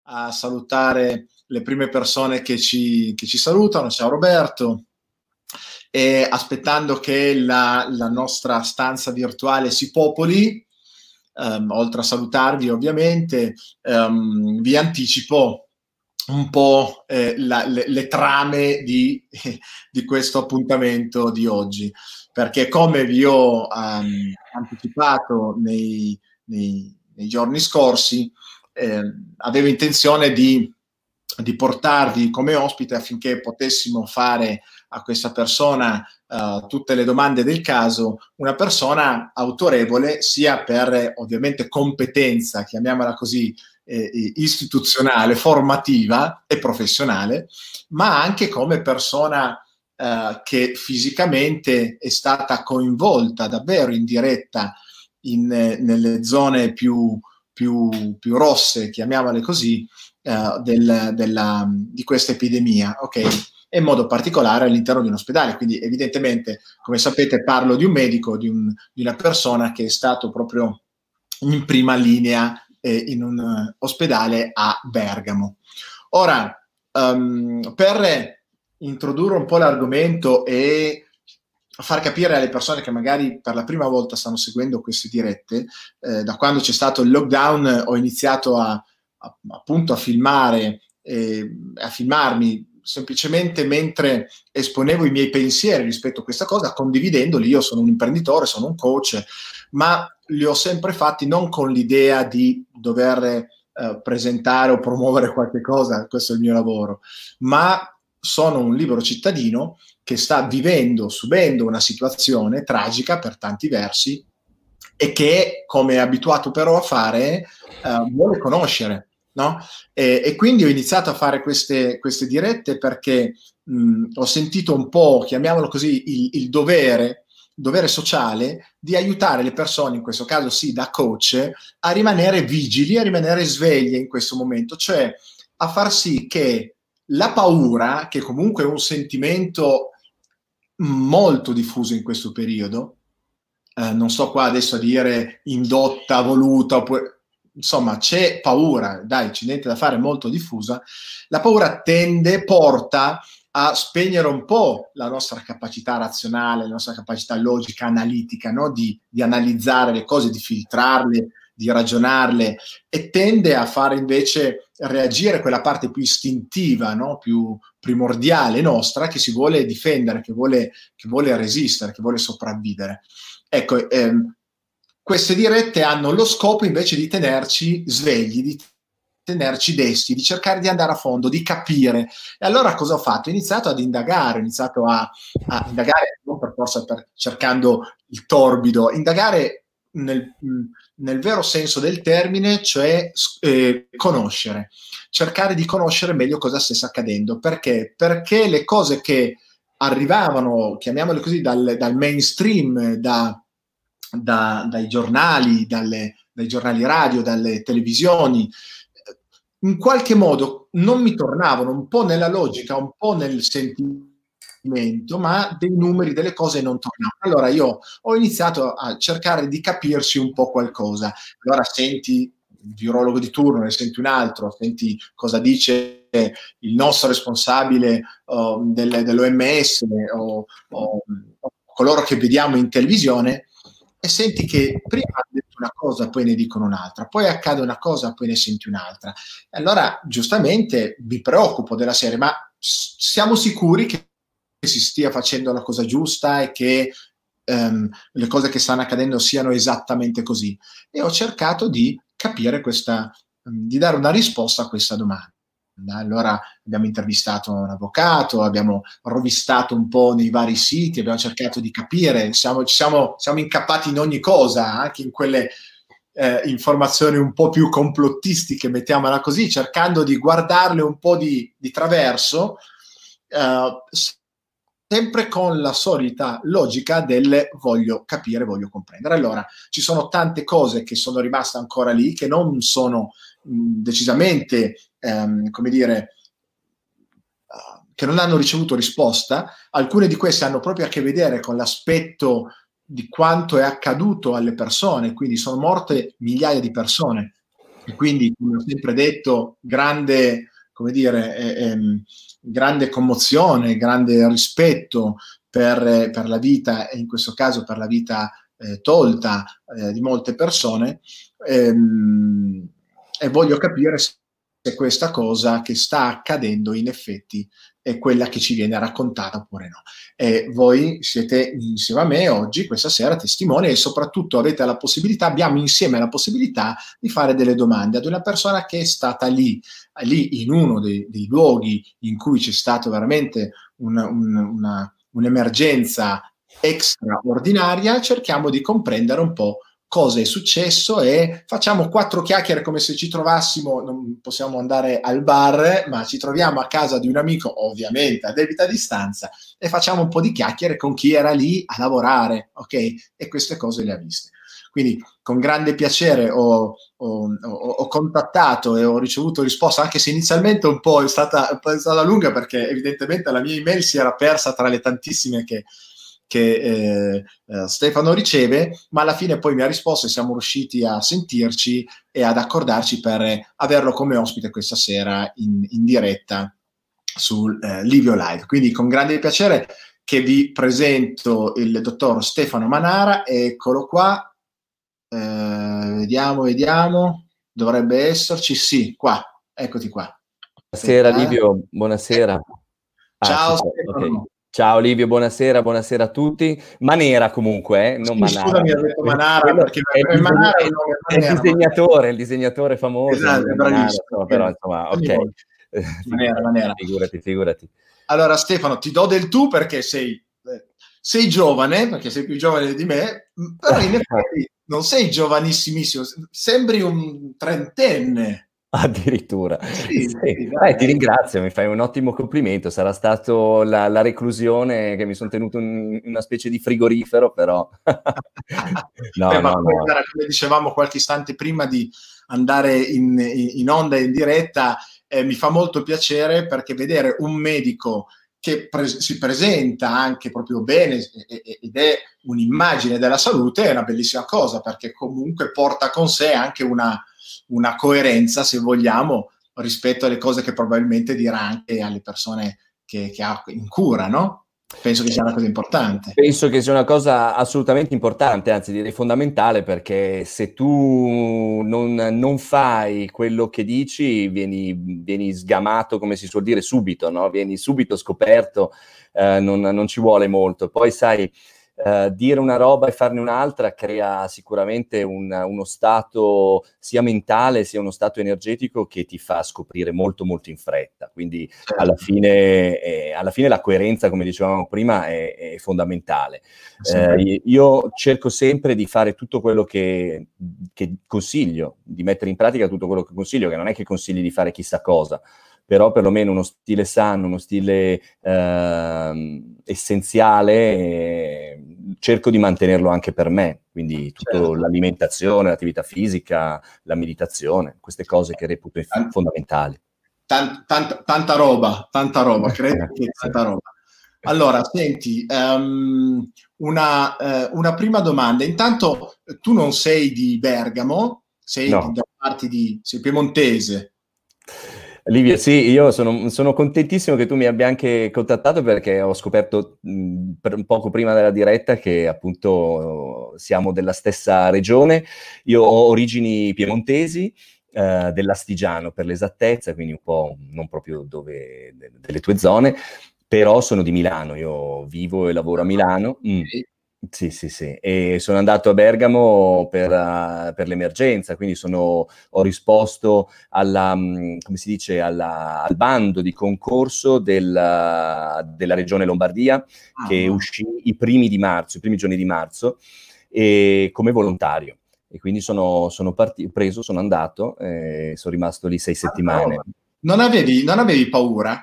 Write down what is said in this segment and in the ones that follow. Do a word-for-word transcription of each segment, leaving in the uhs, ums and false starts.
a salutare le prime persone che ci, che ci salutano. Ciao Roberto. E aspettando che la, la nostra stanza virtuale si popoli, um, oltre a salutarvi ovviamente, um, vi anticipo un po' eh, la, le, le trame di, di questo appuntamento di oggi, perché come vi ho um, anticipato nei, nei, nei giorni scorsi, eh, avevo intenzione di, di portarvi come ospite affinché potessimo fare a questa persona uh, tutte le domande del caso, una persona autorevole sia per ovviamente competenza, chiamiamola così, eh, istituzionale, formativa e professionale, ma anche come persona uh, che fisicamente è stata coinvolta davvero in diretta in, eh, nelle zone più, più, più rosse, chiamiamole così, uh, del, della, di questa epidemia, ok? E in modo particolare all'interno di un ospedale. Quindi evidentemente, come sapete, parlo di un medico, di, un, di una persona che è stato proprio in prima linea eh, in un uh, ospedale a Bergamo. Ora, um, per introdurre un po' l'argomento e far capire alle persone che magari per la prima volta stanno seguendo queste dirette, eh, da quando c'è stato il lockdown ho iniziato a, a appunto a filmare, eh, a filmarmi semplicemente mentre esponevo i miei pensieri rispetto a questa cosa, condividendoli. Io sono un imprenditore, sono un coach, ma li ho sempre fatti non con l'idea di dover eh, presentare o promuovere qualche cosa, questo è il mio lavoro, ma sono un libero cittadino che sta vivendo, subendo una situazione tragica per tanti versi e che, come è abituato però a fare, eh, vuole conoscere. No? E, e quindi ho iniziato a fare queste, queste dirette perché mh, ho sentito un po', chiamiamolo così, il, il dovere, dovere sociale di aiutare le persone, in questo caso sì da coach, a rimanere vigili, a rimanere sveglie in questo momento, cioè a far sì che la paura, che comunque è un sentimento molto diffuso in questo periodo, eh, non sto qua adesso a dire indotta, voluta, oppure insomma c'è paura, dai, c'è niente da fare, molto diffusa, la paura tende, porta a spegnere un po' la nostra capacità razionale, la nostra capacità logica, analitica, no? di, di analizzare le cose, di filtrarle, di ragionarle, e tende a fare invece reagire quella parte più istintiva, no? Più primordiale nostra, che si vuole difendere, che vuole, che vuole resistere, che vuole sopravvivere. Ecco, ehm, queste dirette hanno lo scopo invece di tenerci svegli, di tenerci desti, di cercare di andare a fondo, di capire. E allora cosa ho fatto? Ho iniziato ad indagare, ho iniziato a, a indagare non per forza per, cercando il torbido, indagare nel, nel vero senso del termine, cioè eh, conoscere, cercare di conoscere meglio cosa stesse accadendo. Perché? Perché le cose che arrivavano, chiamiamole così, dal, dal mainstream, da Da, dai giornali, dalle, dai giornali radio, dalle televisioni, in qualche modo non mi tornavano, un po' nella logica, un po' nel sentimento, ma dei numeri, delle cose non tornavano. Allora io ho iniziato a cercare di capirci un po' qualcosa. Allora senti il virologo di turno, ne senti un altro, senti cosa dice il nostro responsabile uh, del, dell'O M S o, o, o coloro che vediamo in televisione, e senti che prima hanno detto una cosa, poi ne dicono un'altra, poi accade una cosa, poi ne senti un'altra. E allora, giustamente, mi preoccupo della serie, ma siamo sicuri che si stia facendo la cosa giusta e che um, le cose che stanno accadendo siano esattamente così? E ho cercato di capire questa, um, di dare una risposta a questa domanda. Allora abbiamo intervistato un avvocato, abbiamo rovistato un po' nei vari siti, abbiamo cercato di capire, siamo, siamo, siamo incappati in ogni cosa, anche in quelle eh, informazioni un po' più complottistiche, mettiamola così, cercando di guardarle un po' di, di traverso, eh, sempre con la solita logica del voglio capire, voglio comprendere. Allora, ci sono tante cose che sono rimaste ancora lì, che non sono mh, decisamente, ehm, come dire, uh, che non hanno ricevuto risposta. Alcune di queste hanno proprio a che vedere con l'aspetto di quanto è accaduto alle persone, quindi sono morte migliaia di persone E quindi, come ho sempre detto, grande, come dire, eh, ehm, grande commozione, grande rispetto per, per la vita, e in questo caso per la vita eh, tolta eh, di molte persone, ehm, e voglio capire se questa cosa che sta accadendo in effetti è quella che ci viene raccontata oppure no. E voi siete insieme a me oggi, questa sera, testimoni, e soprattutto avete la possibilità, abbiamo insieme la possibilità di fare delle domande ad una persona che è stata lì, lì in uno dei, dei luoghi in cui c'è stata veramente una, una, una, un'emergenza straordinaria. Cerchiamo di comprendere un po' cosa è successo e facciamo quattro chiacchiere come se ci trovassimo, non possiamo andare al bar, ma ci troviamo a casa di un amico, ovviamente a debita distanza, e facciamo un po' di chiacchiere con chi era lì a lavorare, ok? E queste cose le ha viste. Quindi con grande piacere ho, ho, ho, ho contattato e ho ricevuto risposta, anche se inizialmente un po' è stata, un po' è stata lunga, perché evidentemente la mia email si era persa tra le tantissime che che eh, eh, Stefano riceve, ma alla fine poi mi ha risposto e siamo riusciti a sentirci e ad accordarci per averlo come ospite questa sera in, in diretta su eh, Livio Live. Quindi con grande piacere che vi presento il dottor Stefano Manara, eccolo qua, eh, vediamo, vediamo, dovrebbe esserci, sì, qua, eccoti qua. Buonasera Aspetta, Livio, eh. buonasera. Ah, Ciao ok. Stefano. Ciao Livio, buonasera, buonasera a tutti. Manera comunque, eh, non Sì, Manara. scusami, ho detto Manara Quello perché è il, è disegn- Manara è è- un nome è il Manera, ma... disegnatore, il disegnatore famoso, Esatto, è Emilio Manara, bravissimo. insomma, però Ok. insomma, Ogni ok. volta. Eh, Manera, Figurati, Manera. figurati, figurati. Allora Stefano, ti do del tu perché sei, eh, sei giovane, perché sei più giovane di me, però in effetti non sei giovanissimissimo, sembri un trentenne. Addirittura. Sì, Sì. sì, Eh, dai, ti dai. ringrazio, mi fai un ottimo complimento. Sarà stato la, la reclusione che mi sono tenuto in una specie di frigorifero, però... Beh, No, ma no, come, no. come dicevamo qualche istante prima di andare in, in onda in diretta, eh, mi fa molto piacere perché vedere un medico che pre- si presenta anche proprio bene e- e- ed è un'immagine della salute è una bellissima cosa, perché comunque porta con sé anche una, una coerenza, se vogliamo, rispetto alle cose che probabilmente dirà anche alle persone che, che ha in cura, no? Penso che sia una cosa importante. Penso che sia una cosa assolutamente importante, anzi direi fondamentale, perché se tu non, non fai quello che dici, vieni, vieni sgamato, come si suol dire, subito, no? Vieni subito scoperto, eh, non, non ci vuole molto. Poi sai, eh, dire una roba e farne un'altra crea sicuramente un, uno stato sia mentale sia uno stato energetico che ti fa scoprire molto molto in fretta. Quindi alla Certo, fine, eh, alla fine la coerenza, come dicevamo prima, è, è fondamentale. è sempre. Eh, io cerco sempre di fare tutto quello che, che consiglio, di mettere in pratica tutto quello che consiglio, che non è che consigli di fare chissà cosa, però perlomeno uno stile sano, uno stile eh, essenziale, eh, cerco di mantenerlo anche per me, quindi tutta Certo. l'alimentazione, l'attività fisica, la meditazione, queste cose che reputo Tan- fondamentali. tan- tanta, tanta roba, tanta roba, credo che Sì. tanta roba. Allora, senti, ehm, una, eh, una prima domanda. Intanto, eh, tu non sei di Bergamo, sei di, No. da parti di, sei piemontese. Livia, sì, io sono, sono contentissimo che tu mi abbia anche contattato perché ho scoperto mh, per un poco prima della diretta che appunto siamo della stessa regione. Io ho origini piemontesi, eh, dell'Astigiano per l'esattezza, quindi un po' non proprio dove, de- delle tue zone, però sono di Milano, io vivo e lavoro a Milano. Mm. Ok. Sì, sì, sì, e sono andato a Bergamo per, uh, per l'emergenza, quindi sono, ho risposto alla, mh, come si dice, alla- al bando di concorso della, della Regione Lombardia, Ah, che wow. uscì i primi di marzo, i primi giorni di marzo, e come volontario. E quindi sono, sono partito, preso, sono andato, e sono rimasto lì sei Tanta settimane. roba. Non avevi, non avevi paura?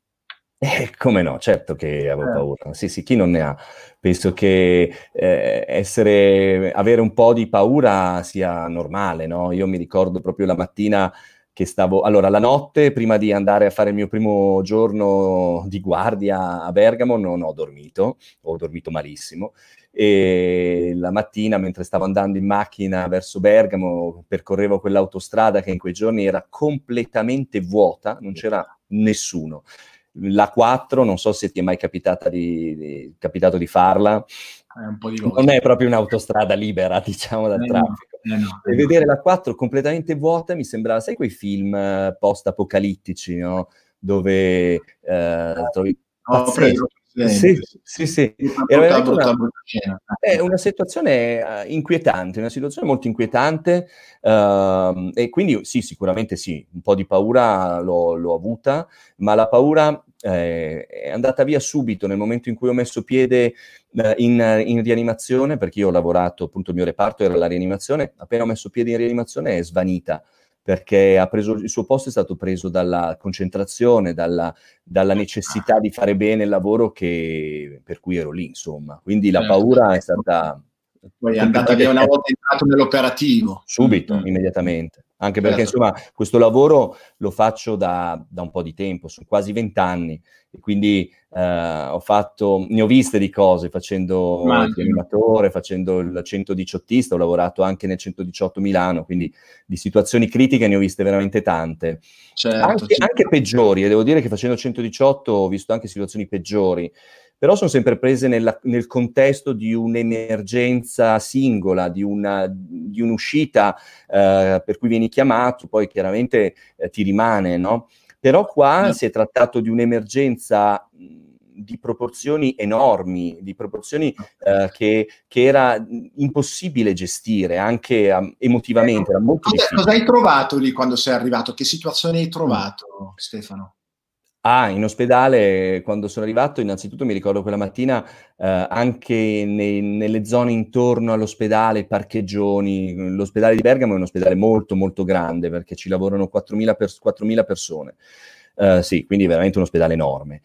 Eh, come no, certo che avevo Eh, paura. Sì, sì, chi non ne ha? Penso che eh, essere, avere un po' di paura sia normale, no? Io mi ricordo proprio la mattina che stavo... Allora, la notte, prima di andare a fare il mio primo giorno di guardia a Bergamo, non ho dormito, ho dormito malissimo, e la mattina, mentre stavo andando in macchina verso Bergamo, percorrevo quell'autostrada che in quei giorni era completamente vuota, non c'era nessuno. La quattro, non so se ti è mai capitata di, di, capitato di farla, è un po' di non è proprio un'autostrada libera, diciamo, dal eh traffico. No, eh no, eh e no. vedere la quattro completamente vuota mi sembrava, sai, quei film eh, post-apocalittici, no? Dove eh, trovi... Ho preso Sì, presente. sì, sì. Brutta, Era brutta, veramente una, brutta, brutta scena. è una situazione eh, inquietante, una situazione molto inquietante, ehm, e quindi sì, sicuramente sì, un po' di paura l'ho, l'ho avuta, ma la paura eh, è andata via subito nel momento in cui ho messo piede eh, in, in rianimazione, perché io ho lavorato, appunto il mio reparto era la rianimazione, appena ho messo piede in rianimazione è svanita, perché ha preso, il suo posto è stato preso dalla concentrazione, dalla, dalla necessità di fare bene il lavoro che, per cui ero lì, insomma. Quindi la Certo. paura è stata... Poi è andata via una volta entrato nell'operativo. Subito, Mm-hmm. immediatamente. Anche Certo. perché, insomma, questo lavoro lo faccio da, da un po' di tempo, sono quasi vent'anni, e quindi eh, ho fatto, ne ho viste di cose facendo il rianimatore, facendo il centodiciottista, ho lavorato anche nel centodiciotto Milano, quindi di situazioni critiche ne ho viste veramente tante. Certo, anche, certo. anche peggiori, e devo dire che facendo centodiciotto ho visto anche situazioni peggiori, però sono sempre prese nella, nel contesto di un'emergenza singola, di, una, di un'uscita eh, per cui vieni chiamato, poi chiaramente eh, ti rimane, no? Però qua si è trattato di un'emergenza di proporzioni enormi, di proporzioni eh, che, che era impossibile gestire, anche um, emotivamente, era molto cosa, difficile. Cosa hai trovato lì quando sei arrivato? Che situazione hai trovato, mm. Stefano? Ah, in ospedale, quando sono arrivato, innanzitutto mi ricordo quella mattina eh, anche nei, nelle zone intorno all'ospedale, parcheggioni. L'ospedale di Bergamo è un ospedale molto molto grande perché ci lavorano quattromila, pers- quattromila persone. Uh, sì, quindi veramente un ospedale enorme.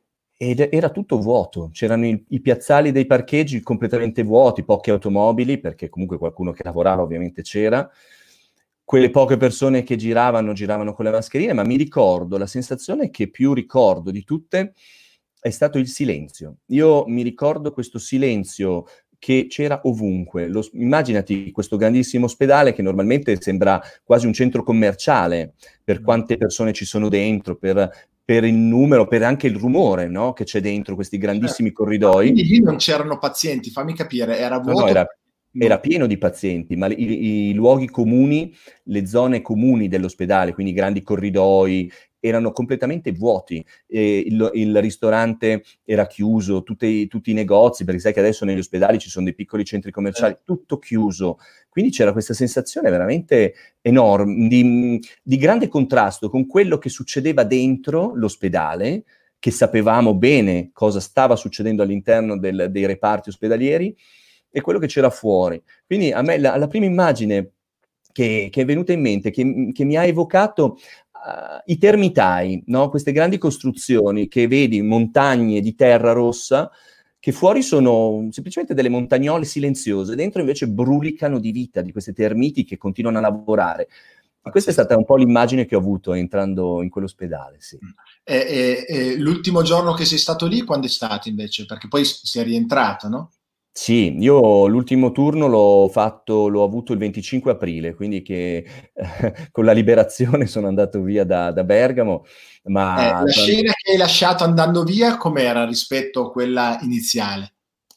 Ed era tutto vuoto, c'erano i, i piazzali dei parcheggi completamente vuoti, poche automobili, perché comunque qualcuno che lavorava ovviamente c'era. Quelle poche persone che giravano, giravano con le mascherine, ma mi ricordo, la sensazione che più ricordo di tutte è stato il silenzio. Io mi ricordo questo silenzio che c'era ovunque. Lo, immaginati questo grandissimo ospedale che normalmente sembra quasi un centro commerciale, per quante persone ci sono dentro, per, per il numero, per anche il rumore, no? Che c'è dentro questi grandissimi certo. corridoi. Quindi lì non c'erano pazienti, fammi capire, era vuoto? No, no, era... Era pieno di pazienti, ma i, i luoghi comuni, le zone comuni dell'ospedale, quindi i grandi corridoi, erano completamente vuoti. E il, il ristorante era chiuso, tutti, tutti i negozi, perché sai che adesso negli ospedali ci sono dei piccoli centri commerciali, tutto chiuso. Quindi c'era questa sensazione veramente enorme, di, di grande contrasto con quello che succedeva dentro l'ospedale, che sapevamo bene cosa stava succedendo all'interno del, dei reparti ospedalieri, e quello che c'era fuori. Quindi a me la, la prima immagine che, che è venuta in mente, che, che mi ha evocato uh, i termitai, no? Queste grandi costruzioni che vedi, montagne di terra rossa, che fuori sono semplicemente delle montagnole silenziose, dentro invece brulicano di vita, di queste termiti che continuano a lavorare. E questa è stata un po' l'immagine che ho avuto entrando in quell'ospedale, sì. E, e, e l'ultimo giorno che sei stato lì, quando è stato invece? Perché poi sei rientrato, no? Sì, io l'ultimo turno l'ho fatto, l'ho avuto il venticinque aprile, quindi che eh, con la liberazione sono andato via da, da Bergamo. Ma eh, la scena che hai lasciato andando via, com'era rispetto a quella iniziale?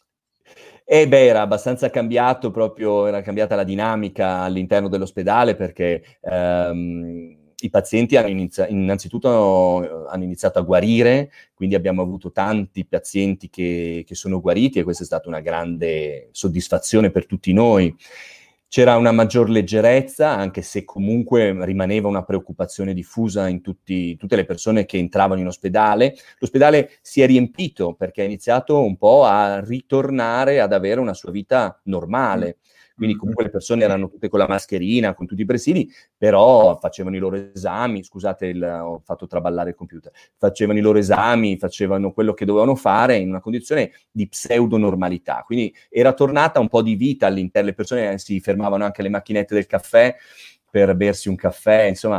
Eh beh, era abbastanza cambiato, proprio era cambiata la dinamica all'interno dell'ospedale, perché ehm, i pazienti hanno iniziato, innanzitutto hanno iniziato a guarire, quindi abbiamo avuto tanti pazienti che, che sono guariti, e questa è stata una grande soddisfazione per tutti noi. C'era una maggior leggerezza, anche se comunque rimaneva una preoccupazione diffusa in tutti, tutte le persone che entravano in ospedale. L'ospedale si è riempito perché ha iniziato un po' a ritornare ad avere una sua vita normale. Quindi comunque le persone erano tutte con la mascherina, con tutti i presidi, però facevano i loro esami, scusate, il, ho fatto traballare il computer, facevano i loro esami, facevano quello che dovevano fare in una condizione di pseudo-normalità. Quindi era tornata un po' di vita all'interno, le persone si fermavano anche alle macchinette del caffè per bersi un caffè, insomma,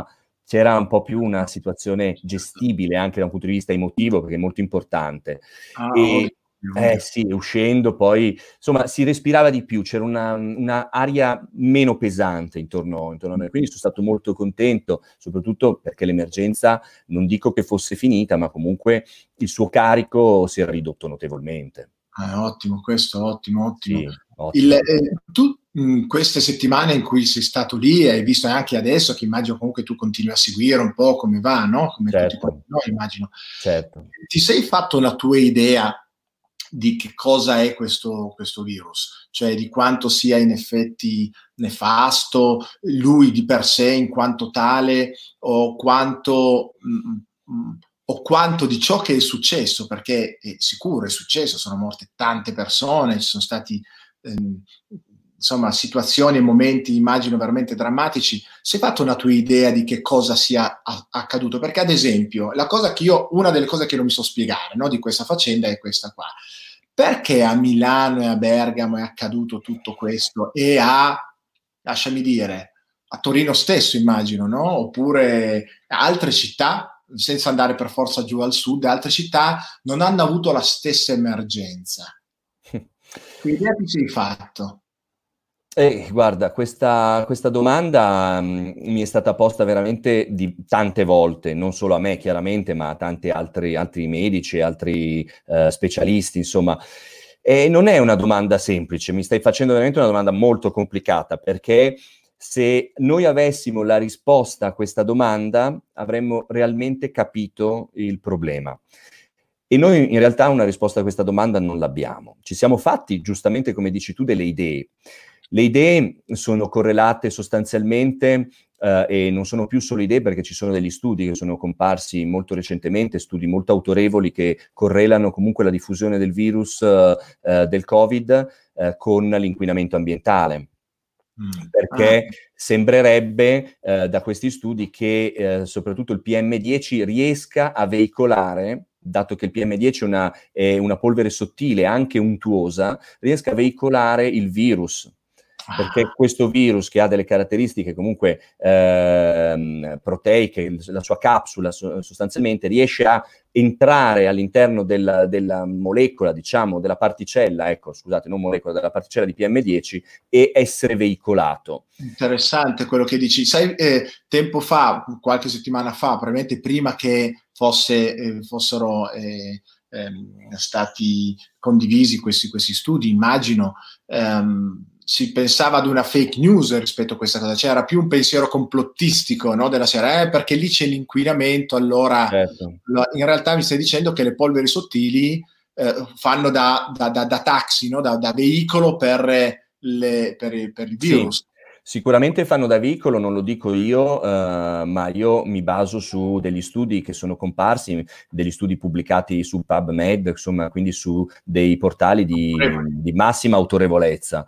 c'era un po' più una situazione gestibile anche da un punto di vista emotivo, perché è molto importante. Ah, E ovvio, eh ovvio. sì, uscendo poi, insomma, si respirava di più, c'era una, una aria meno pesante intorno, intorno a me, quindi sono stato molto contento, soprattutto perché l'emergenza, non dico che fosse finita, ma comunque il suo carico si era ridotto notevolmente. Ah, ottimo, questo ottimo, ottimo. Sì, Il, ottimo. eh, tu mh, queste settimane in cui sei stato lì, hai visto anche adesso, che immagino comunque tu continui a seguire un po' come va, no? Come tutti quanti Certo, noi, immagino. certo. Ti sei fatto una tua idea di che cosa è questo, questo virus? Cioè di quanto sia in effetti nefasto, lui di per sé in quanto tale, o quanto... mh, mh, o quanto di ciò che è successo, perché è sicuro, è successo, sono morte tante persone, ci sono stati ehm, insomma situazioni e momenti, immagino, veramente drammatici. Si è fatto una tua idea di che cosa sia a- accaduto? Perché ad esempio, la cosa che io, una delle cose che non mi so spiegare, no, di questa faccenda è questa qua. Perché a Milano e a Bergamo è accaduto tutto questo e a, lasciami dire, a Torino stesso, immagino, no? Oppure altre città, senza andare per forza giù al sud, altre città non hanno avuto la stessa emergenza. Che idea ti sei fatto? Eh, guarda, questa, questa domanda mh, mi è stata posta veramente di tante volte, non solo a me chiaramente, ma a tanti altri, altri medici, altri eh, specialisti, insomma. E non è una domanda semplice, mi stai facendo veramente una domanda molto complicata, perché se noi avessimo la risposta a questa domanda, avremmo realmente capito il problema. E noi in realtà una risposta a questa domanda non l'abbiamo. Ci siamo fatti, giustamente come dici tu, delle idee. Le idee sono correlate sostanzialmente eh, e non sono più solo idee, perché ci sono degli studi che sono comparsi molto recentemente, studi molto autorevoli che correlano comunque la diffusione del virus eh, eh, del Covid eh, con l'inquinamento ambientale. Mm. Ah, Perché sembrerebbe eh, da questi studi che eh, soprattutto il P M dieci riesca a veicolare, dato che il P M dieci è una, è una polvere sottile, anche untuosa, riesca a veicolare il virus. Perché ah, questo virus, che ha delle caratteristiche comunque ehm, proteiche, la sua capsula so- sostanzialmente riesce a entrare all'interno della, della molecola, diciamo, della particella, ecco, scusate, non molecola, della particella di P M dieci e essere veicolato. interessante quello che dici. Sai, eh, tempo fa, qualche settimana fa, probabilmente prima che fosse, eh, fossero eh, ehm, stati condivisi questi, questi studi, immagino, ehm, si pensava ad una fake news rispetto a questa cosa. C'era più un pensiero complottistico, no, della sera, eh, perché lì c'è l'inquinamento, allora Certo. lo- in realtà mi stai dicendo che le polveri sottili eh, fanno da, da, da, da taxi, no? da, da veicolo per, le, per, per il Sì, virus. sicuramente fanno da veicolo, non lo dico io, eh, ma io mi baso su degli studi che sono comparsi, degli studi pubblicati su PubMed, insomma, quindi su dei portali di, di massima autorevolezza.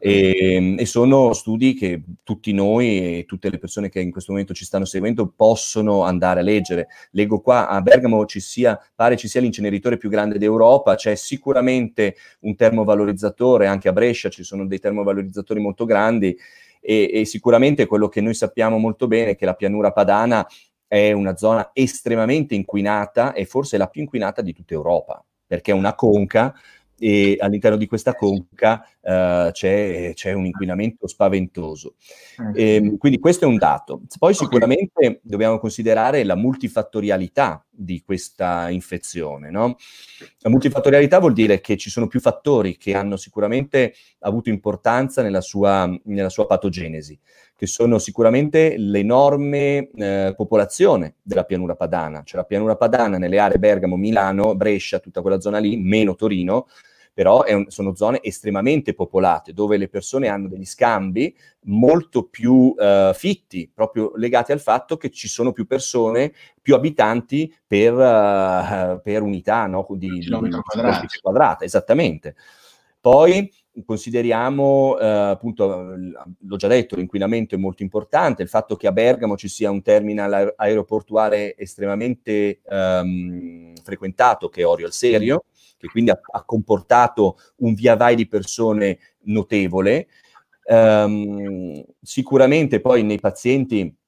E, e sono studi che tutti noi e tutte le persone che in questo momento ci stanno seguendo possono andare a leggere. Leggo qua, a Bergamo ci sia, pare ci sia l'inceneritore più grande d'Europa, c'è sicuramente un termovalorizzatore, anche a Brescia ci sono dei termovalorizzatori molto grandi, e, e sicuramente quello che noi sappiamo molto bene è che la pianura padana è una zona estremamente inquinata e forse la più inquinata di tutta Europa, perché è una conca e all'interno di questa conca eh, c'è, c'è un inquinamento spaventoso. Eh sì. E, quindi questo è un dato. Poi Ok. sicuramente dobbiamo considerare la multifattorialità di questa infezione, no? La multifattorialità vuol dire che ci sono più fattori che hanno sicuramente avuto importanza nella sua, nella sua patogenesi, che sono sicuramente l'enorme eh, popolazione della pianura padana, cioè la pianura padana nelle aree Bergamo, Milano, Brescia, tutta quella zona lì, meno Torino, però è un, sono zone estremamente popolate, dove le persone hanno degli scambi molto più eh, fitti, proprio legati al fatto che ci sono più persone, più abitanti per, uh, per unità, no? di, di, Chilometro di quadrato. superficie quadrata, esattamente. Poi consideriamo, eh, appunto, l'ho già detto, l'inquinamento è molto importante, il fatto che a Bergamo ci sia un terminal aeroportuale estremamente ehm, frequentato, che è Orio al Serio, che quindi ha, ha comportato un via vai di persone notevole. Um, sicuramente poi nei pazienti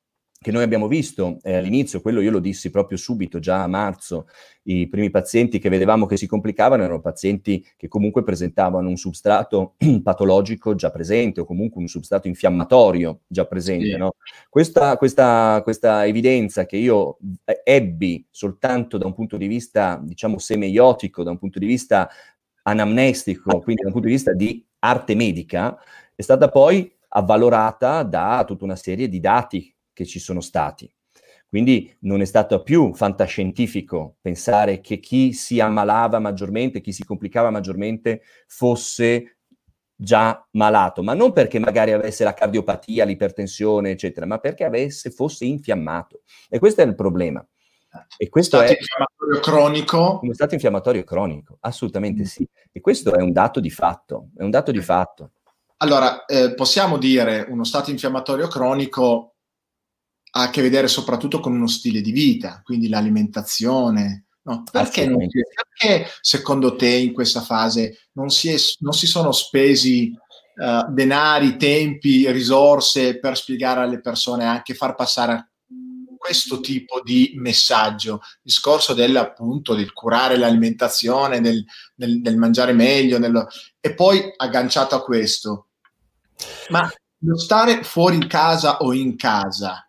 che noi abbiamo visto eh, all'inizio, quello io lo dissi proprio subito, già a marzo, i primi pazienti che vedevamo che si complicavano erano pazienti che comunque presentavano un substrato patologico già presente o comunque un substrato infiammatorio già presente, Sì. no? Questa, questa, questa evidenza che io ebbi soltanto da un punto di vista, diciamo, semeiotico, da un punto di vista anamnestico, quindi da un punto di vista di arte medica, è stata poi avvalorata da tutta una serie di dati che ci sono stati. Quindi non è stato più fantascientifico pensare che chi si ammalava maggiormente, chi si complicava maggiormente fosse già malato, ma non perché magari avesse la cardiopatia, l'ipertensione, eccetera, ma perché avesse, fosse infiammato. E questo è il problema. E questo Stato è infiammatorio cronico. uno stato infiammatorio cronico, assolutamente sì. E questo è un dato di fatto, è un dato di fatto. Allora, eh, possiamo dire uno stato infiammatorio cronico ha a che vedere soprattutto con uno stile di vita, quindi l'alimentazione. No? Perché, non si, perché secondo te in questa fase non si, è, non si sono spesi uh, denari, tempi, risorse per spiegare alle persone, anche far passare questo tipo di messaggio, il discorso del, appunto, del curare l'alimentazione, del, del, del mangiare meglio, dello... e poi agganciato a questo, ma lo stare fuori in casa o in casa,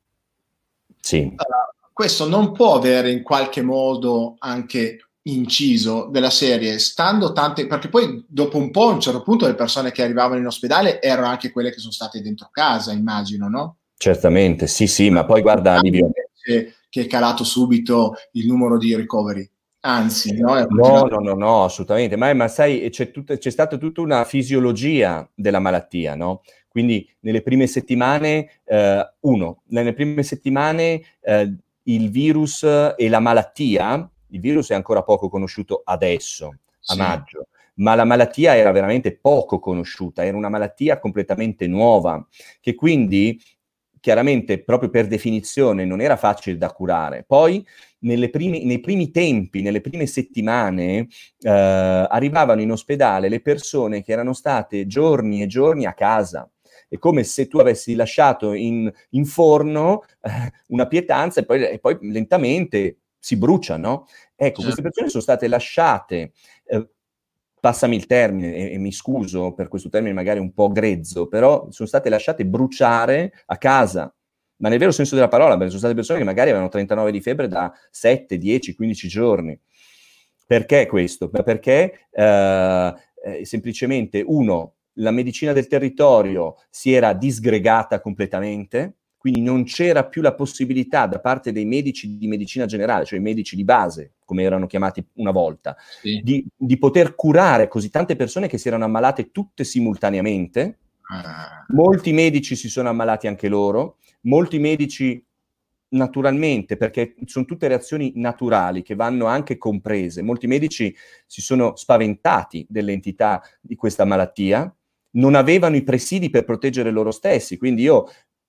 sì. uh, questo non può avere in qualche modo anche inciso della serie, stando tante, perché poi dopo un po', a un certo punto, le persone che arrivavano in ospedale erano anche quelle che sono state dentro casa, immagino, no? Certamente, sì, sì, ma poi guarda, Livio, che è calato subito il numero di ricoveri, anzi, no? È no, continuato... no, no, no, assolutamente, ma, ma sai, c'è, tutta, c'è stata tutta una fisiologia della malattia, no? Quindi nelle prime settimane, eh, uno, nelle prime settimane eh, il virus e la malattia, il virus è ancora poco conosciuto adesso, a Sì. maggio, ma la malattia era veramente poco conosciuta, era una malattia completamente nuova, che quindi chiaramente proprio per definizione non era facile da curare. Poi nelle primi, nei primi tempi, nelle prime settimane, eh, arrivavano in ospedale le persone che erano state giorni e giorni a casa. È come se tu avessi lasciato in, in forno eh, una pietanza e poi, e poi lentamente si brucia, no? Ecco, queste persone sono state lasciate, eh, passami il termine e, e mi scuso per questo termine magari un po' grezzo, però sono state lasciate bruciare a casa, ma nel vero senso della parola, perché sono state persone che magari avevano trentanove di febbre da sette, dieci, quindici giorni. Perché questo? Perché eh, eh, semplicemente, uno, la medicina del territorio si era disgregata completamente, quindi non c'era più la possibilità da parte dei medici di medicina generale, cioè i medici di base, come erano chiamati una volta, Sì. di, di poter curare così tante persone che si erano ammalate tutte simultaneamente. Ah. Molti medici si sono ammalati anche loro, molti medici naturalmente, perché sono tutte reazioni naturali che vanno anche comprese. Molti medici si sono spaventati dell'entità di questa malattia, non avevano i presidi per proteggere loro stessi, quindi io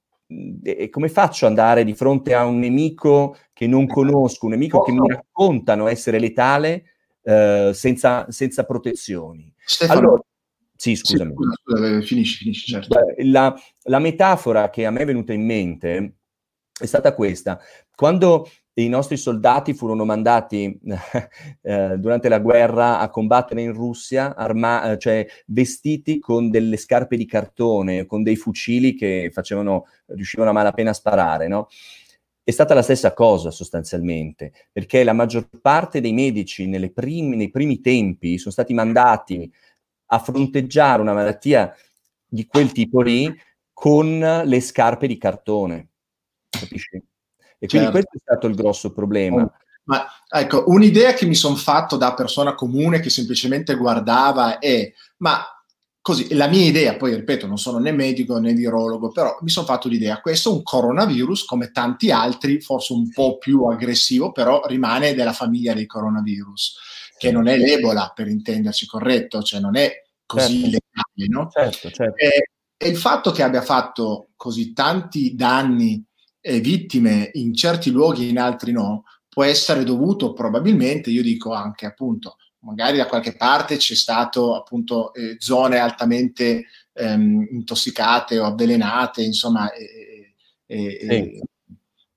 e come faccio ad andare di fronte a un nemico che non conosco, un nemico che mi raccontano essere letale eh, senza, senza protezioni? Stefano, allora, sì, scusami. Sì, scusa, scusa, finisci, finisci, certo. La, la metafora che a me è venuta in mente è stata questa. Quando i nostri soldati furono mandati eh, durante la guerra a combattere in Russia, arma- cioè vestiti con delle scarpe di cartone, con dei fucili che facevano, riuscivano a malapena a sparare, no? È stata la stessa cosa sostanzialmente, perché la maggior parte dei medici nelle primi, nei primi tempi sono stati mandati a fronteggiare una malattia di quel tipo lì con le scarpe di cartone, capisci? E quindi Certo. questo è stato il grosso problema. Ma ecco, un'idea che mi sono fatto da persona comune che semplicemente guardava è, ma così, la mia idea, poi ripeto, non sono né medico né virologo, però mi sono fatto l'idea, questo è un coronavirus come tanti altri, forse un po' più aggressivo, però rimane della famiglia dei coronavirus, che Sì. non è l'Ebola, per intenderci, corretto, cioè non è così Certo. letale, no? Certo, certo. E, e il fatto che abbia fatto così tanti danni e vittime in certi luoghi e in altri no, può essere dovuto probabilmente, io dico anche appunto, magari da qualche parte c'è stato appunto eh, zone altamente ehm, intossicate o avvelenate, insomma, eh, eh, Sì.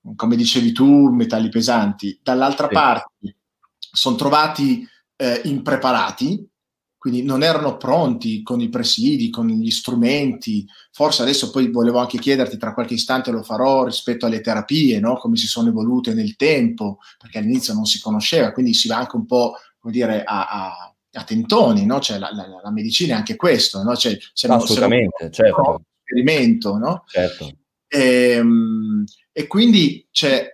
come dicevi tu, metalli pesanti. Dall'altra sì. parte sono trovati eh, impreparati, quindi non erano pronti con i presidi, con gli strumenti. Forse adesso poi volevo anche chiederti, tra qualche istante lo farò, rispetto alle terapie, no? Come si sono evolute nel tempo, perché all'inizio non si conosceva, quindi si va anche un po', come dire, a, a, a tentoni, no? Cioè la, la, la medicina è anche questo, no? Cioè, se non, se non Assolutamente, certo. esperimento, no? Certo. E, e quindi c'è...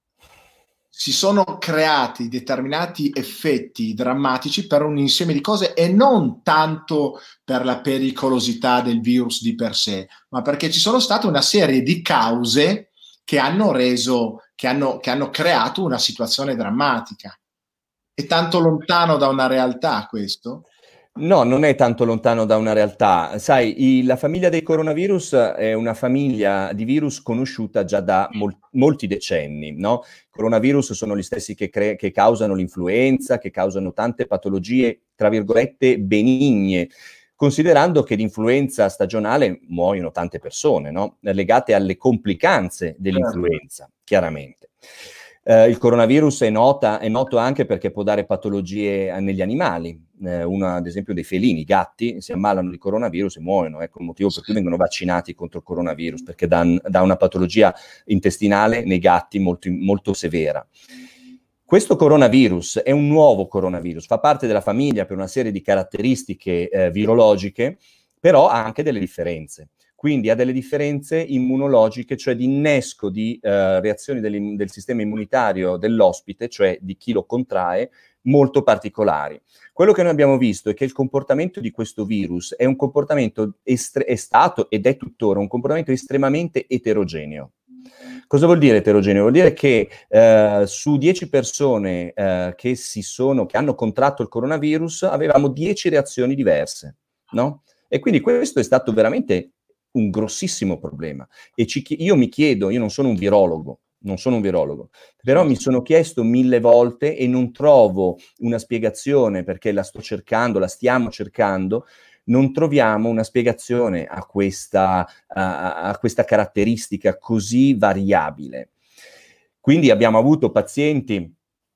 si sono creati determinati effetti drammatici per un insieme di cose e non tanto per la pericolosità del virus di per sé, ma perché ci sono state una serie di cause che hanno reso, che hanno, che hanno creato una situazione drammatica. È tanto lontano da una realtà questo? No, non è tanto lontano da una realtà. Sai, i- la famiglia dei coronavirus è una famiglia di virus conosciuta già da mol- molti decenni, no? I coronavirus sono gli stessi che, cre- che causano l'influenza, che causano tante patologie, tra virgolette, benigne, considerando che l'influenza stagionale muoiono tante persone, no? Legate alle complicanze dell'influenza, chiaramente. Eh, il coronavirus è, nota, è noto anche perché può dare patologie negli animali. Eh, una, ad esempio, dei felini, i gatti, si ammalano di coronavirus e muoiono. Ecco il motivo per cui vengono vaccinati contro il coronavirus, perché dà, dà una patologia intestinale nei gatti molto, molto severa. Questo coronavirus è un nuovo coronavirus, fa parte della famiglia per una serie di caratteristiche eh, virologiche, però ha anche delle differenze. Quindi ha delle differenze immunologiche, cioè di innesco di eh, reazioni del, del sistema immunitario dell'ospite, cioè di chi lo contrae, molto particolari. Quello che noi abbiamo visto è che il comportamento di questo virus è un comportamento, estre- è stato ed è tuttora un comportamento estremamente eterogeneo. Cosa vuol dire eterogeneo? Vuol dire che eh, su dieci persone eh, che, si sono, che hanno contratto il coronavirus avevamo dieci reazioni diverse, no? E quindi questo è stato veramente un grossissimo problema. E ci, io mi chiedo, io non sono un virologo, non sono un virologo, però mi sono chiesto mille volte e non trovo una spiegazione, perché la sto cercando, la stiamo cercando, non troviamo una spiegazione a questa, a, a questa caratteristica così variabile. Quindi abbiamo avuto pazienti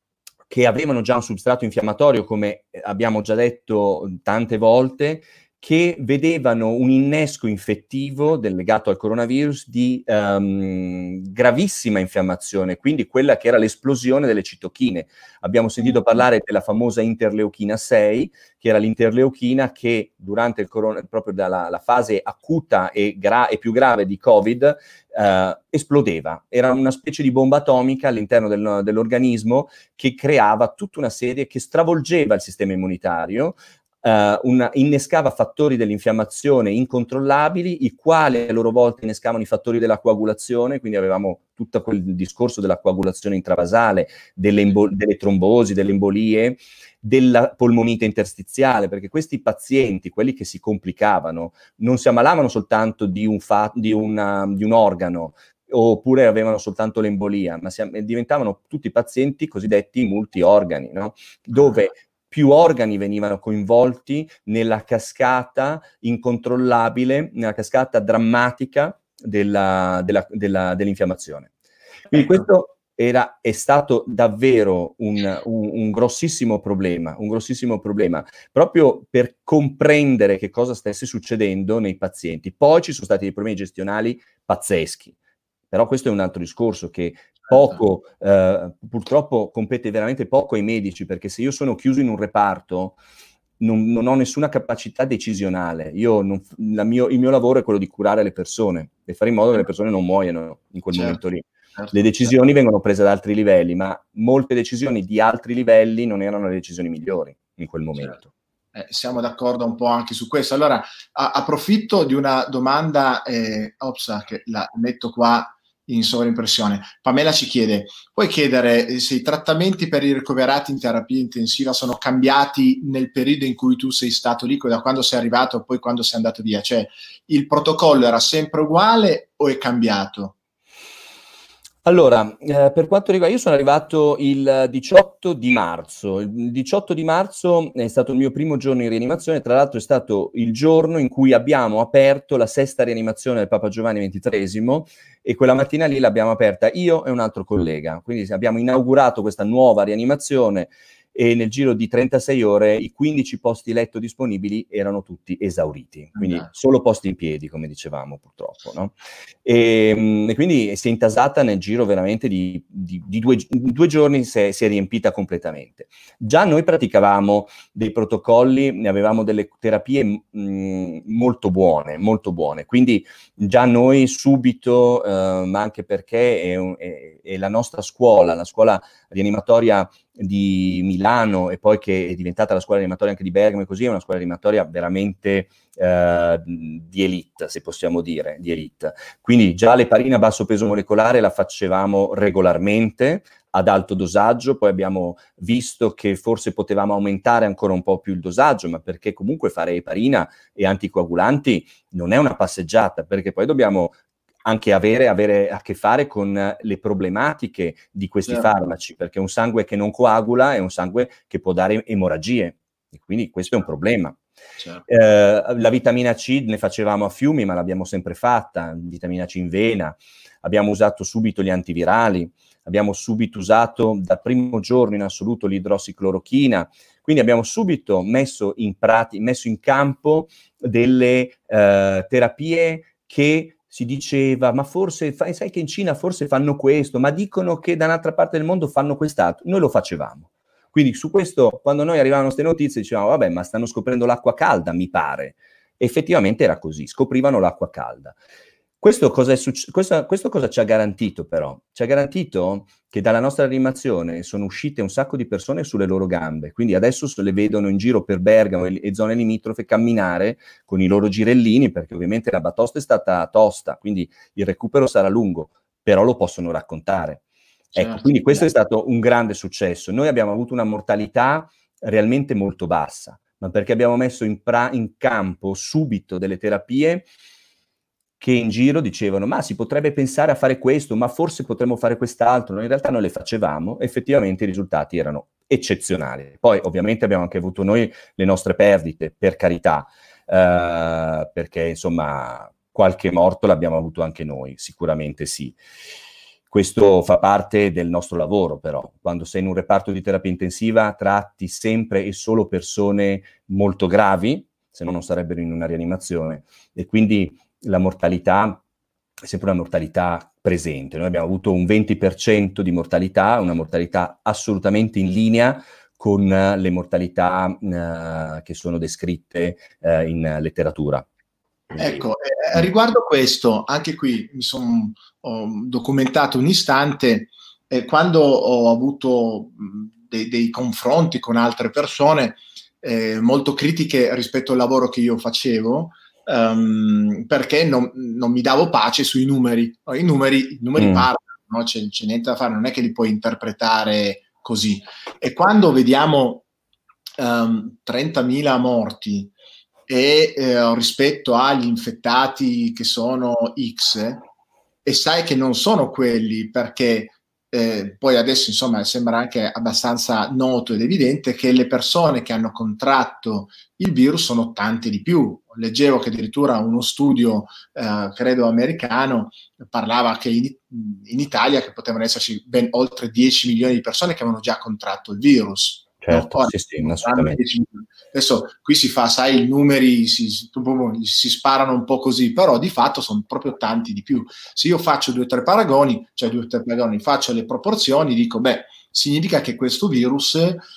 che avevano già un substrato infiammatorio, come abbiamo già detto tante volte, che vedevano un innesco infettivo del, legato al coronavirus di um, gravissima infiammazione, quindi quella che era l'esplosione delle citochine. Abbiamo sentito parlare della famosa interleuchina sei, che era l'interleuchina che durante il corona, proprio dalla la fase acuta e, gra- e più grave di Covid uh, esplodeva. Era una specie di bomba atomica all'interno del, dell'organismo che creava tutta una serie, che stravolgeva il sistema immunitario, Uh, una, innescava fattori dell'infiammazione incontrollabili, i quali a loro volta innescavano i fattori della coagulazione, quindi avevamo tutto quel discorso della coagulazione intravasale, delle, embo- delle trombosi, delle embolie, della polmonite interstiziale, perché questi pazienti, quelli che si complicavano, non si ammalavano soltanto di un, fa- di una, di un organo, oppure avevano soltanto l'embolia, ma si, diventavano tutti pazienti cosiddetti multiorgani, no? Dove più organi venivano coinvolti nella cascata incontrollabile, nella cascata drammatica della, della, della, dell'infiammazione. Quindi questo era, è stato davvero un, un, un grossissimo problema, un grossissimo problema, proprio per comprendere che cosa stesse succedendo nei pazienti. Poi ci sono stati dei problemi gestionali pazzeschi, però questo è un altro discorso che poco, eh, purtroppo compete veramente poco ai medici, perché se io sono chiuso in un reparto non, non ho nessuna capacità decisionale. Io non, la mio, il mio lavoro è quello di curare le persone e fare in modo che le persone non muoiano in quel certo, momento lì. Certo, le decisioni certo. vengono prese ad altri livelli, ma molte decisioni di altri livelli non erano le decisioni migliori in quel momento. Certo. Eh, siamo d'accordo un po' anche su questo. Allora, a- approfitto di una domanda, eh, ops, che la metto qua in sovraimpressione. Pamela ci chiede, puoi chiedere se i trattamenti per i ricoverati in terapia intensiva sono cambiati nel periodo in cui tu sei stato lì, da quando sei arrivato e poi quando sei andato via? Cioè, il protocollo era sempre uguale o è cambiato? Allora, eh, per quanto riguarda, io sono arrivato il diciotto di marzo. Il diciotto di marzo è stato il mio primo giorno in rianimazione, tra l'altro è stato il giorno in cui abbiamo aperto la sesta rianimazione del Papa Giovanni ventitreesimo e quella mattina lì l'abbiamo aperta io e un altro collega. Quindi abbiamo inaugurato questa nuova rianimazione e nel giro di trentasei ore i quindici posti letto disponibili erano tutti esauriti, quindi Okay. solo posti in piedi, come dicevamo purtroppo, no? E, e quindi si è intasata nel giro veramente di, di, di due, due giorni, si è, si è riempita completamente. Già noi praticavamo dei protocolli, ne avevamo delle terapie mh, molto buone, molto buone, quindi già noi subito, eh, ma anche perché è, è, è la nostra scuola, la scuola rianimatoria di Milano e poi che è diventata la scuola rianimatoria anche di Bergamo e così, è una scuola rianimatoria veramente eh, di elite, se possiamo dire, di elite. Quindi già l'eparina a basso peso molecolare la facevamo regolarmente ad alto dosaggio, poi abbiamo visto che forse potevamo aumentare ancora un po' più il dosaggio, ma perché comunque fare eparina e anticoagulanti non è una passeggiata, perché poi dobbiamo anche avere, avere a che fare con le problematiche di questi Certo. farmaci, perché un sangue che non coagula è un sangue che può dare emorragie, e quindi questo è un problema. Certo. Eh, la vitamina C ne facevamo a fiumi, ma l'abbiamo sempre fatta, vitamina C in vena, abbiamo usato subito gli antivirali, abbiamo subito usato dal primo giorno in assoluto l'idrossiclorochina, quindi abbiamo subito messo in, prati- messo in campo delle eh, terapie che si diceva, ma forse, fai, sai che in Cina forse fanno questo, ma dicono che da un'altra parte del mondo fanno quest'altro. Noi lo facevamo. Quindi su questo, quando noi arrivavano queste notizie, dicevamo, vabbè, ma stanno scoprendo l'acqua calda, mi pare. Effettivamente era così, scoprivano l'acqua calda. Questo cosa, è succe- questo, questo cosa ci ha garantito però? Ci ha garantito che dalla nostra rianimazione sono uscite un sacco di persone sulle loro gambe, quindi adesso se le vedono in giro per Bergamo e, e zone limitrofe camminare con i loro girellini, perché ovviamente la batosta è stata tosta, quindi il recupero sarà lungo, però lo possono raccontare. Ecco, Certo. quindi questo è stato un grande successo. Noi abbiamo avuto una mortalità realmente molto bassa, ma perché abbiamo messo in, pra- in campo subito delle terapie che in giro dicevano, ma si potrebbe pensare a fare questo, ma forse potremmo fare quest'altro. Noi in realtà non le facevamo, effettivamente i risultati erano eccezionali. Poi ovviamente abbiamo anche avuto noi le nostre perdite, per carità, eh, perché insomma qualche morto l'abbiamo avuto anche noi, sicuramente sì. Questo fa parte del nostro lavoro, però. Quando sei in un reparto di terapia intensiva tratti sempre e solo persone molto gravi, se no non sarebbero in una rianimazione, e quindi la mortalità è sempre una mortalità presente. Noi abbiamo avuto un venti per cento di mortalità, una mortalità assolutamente in linea con le mortalità eh, che sono descritte eh, in letteratura. Quindi, Ecco, eh, riguardo questo, anche qui mi sono documentato un istante, eh, quando ho avuto mh, dei, dei confronti con altre persone eh, molto critiche rispetto al lavoro che io facevo, ehm, perché non, non mi davo pace sui numeri. No, I numeri, i numeri mm. parlano, no? C'è, c'è niente da fare, non è che li puoi interpretare così. E quando vediamo um, trentamila morti e eh, rispetto agli infettati che sono X, e sai che non sono quelli, perché eh, poi adesso insomma sembra anche abbastanza noto ed evidente che le persone che hanno contratto il virus sono tante di più. Leggevo che addirittura uno studio, eh, credo americano, parlava che in, in Italia che potevano esserci ben oltre dieci milioni di persone che avevano già contratto il virus. No? Certo, Ora, sì, sì, assolutamente. adesso qui si fa, sai, i numeri si, si, si sparano un po' così, però di fatto sono proprio tanti di più. Se io faccio due o tre paragoni, cioè due o tre paragoni, faccio le proporzioni, dico, beh, significa che questo virus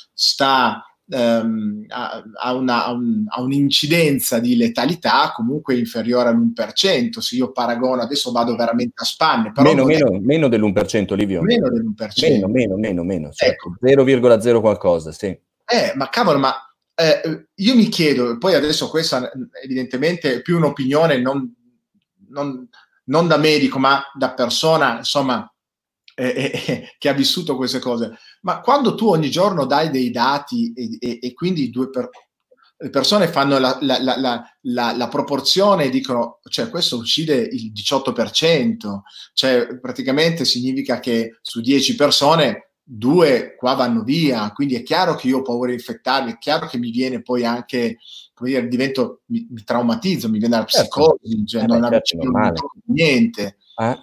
sta ehm, a, a, una, a, un, a un'incidenza di letalità comunque inferiore all'uno per cento. Se io paragono, adesso vado veramente a spanne, però Meno, non è meno, meno dell'uno per cento, Livio. meno dell'uno per Meno, cento. meno, meno, meno, Ecco. certo. zero virgola zero qualcosa, sì. Eh, ma cavolo, ma eh, io mi chiedo, poi adesso questa evidentemente è più un'opinione non, non, non da medico, ma da persona, insomma, eh, eh, che ha vissuto queste cose. Ma quando tu ogni giorno dai dei dati e, e, e quindi due per, le persone fanno la, la, la, la, la, la proporzione e dicono, cioè questo uccide il diciotto per cento, cioè praticamente significa che su dieci persone due qua vanno via, quindi è chiaro che io ho paura di infettarmi, è chiaro che mi viene poi anche, come dire, divento, mi, mi traumatizzo, mi viene la Certo, psicosi, cioè eh non beh, certo, è avvicino, non normale. tocco niente. Eh?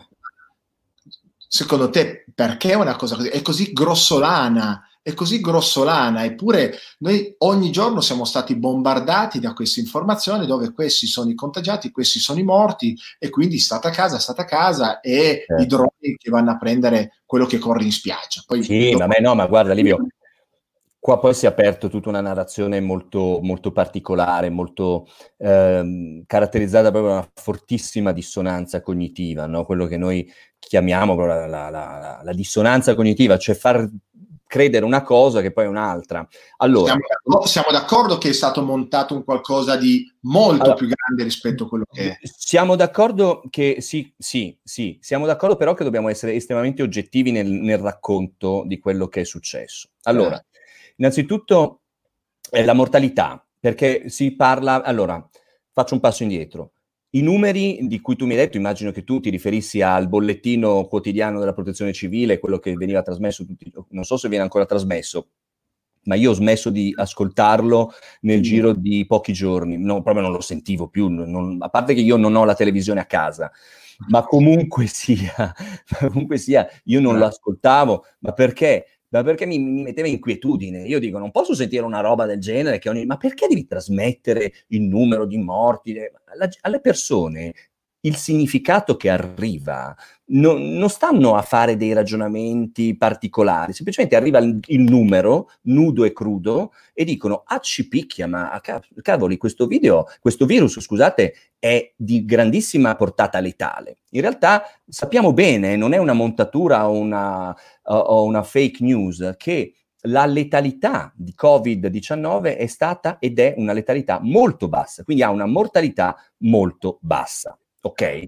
Secondo te perché è una cosa così? È così grossolana, è così grossolana, eppure noi ogni giorno siamo stati bombardati da queste informazioni dove questi sono i contagiati, questi sono i morti, e quindi state a casa, state a casa, e i Certo. droni che vanno a prendere quello che corre in spiaggia. Poi Sì, dopo... vabbè, no, ma guarda, Livio, qua poi si è aperto tutta una narrazione molto, molto particolare, molto ehm, caratterizzata proprio da una fortissima dissonanza cognitiva, no? Quello che noi chiamiamo proprio la, la, la, la dissonanza cognitiva, cioè far credere una cosa che poi è un'altra. Allora, Siamo d'accordo, siamo d'accordo che è stato montato un qualcosa di molto allora, più grande rispetto a quello che è. siamo d'accordo che sì, sì, sì, siamo d'accordo però che dobbiamo essere estremamente oggettivi nel, nel racconto di quello che è successo. Allora, Certo. innanzitutto eh, la mortalità, perché si parla... Allora, faccio un passo indietro. I numeri di cui tu mi hai detto, immagino che tu ti riferissi al bollettino quotidiano della Protezione Civile, quello che veniva trasmesso, tutti, non so se viene ancora trasmesso, ma io ho smesso di ascoltarlo nel Sì. giro di pochi giorni, no, proprio non lo sentivo più, non, a parte che io non ho la televisione a casa, ma comunque sia, comunque sia, io non lo ascoltavo, ma perché? Ma perché mi, mi metteva inquietudine. Io dico, non posso sentire una roba del genere, che ogni... ma perché devi trasmettere il numero di morti? La, alle persone il significato che arriva no, non stanno a fare dei ragionamenti particolari, semplicemente arriva il, il numero nudo e crudo e dicono, ah ci picchia, ma cavoli, questo video, questo virus, scusate, è di grandissima portata letale. In realtà sappiamo bene, non è una montatura o una, o una fake news, che la letalità di covid diciannove è stata ed è una letalità molto bassa, quindi ha una mortalità molto bassa. Ok?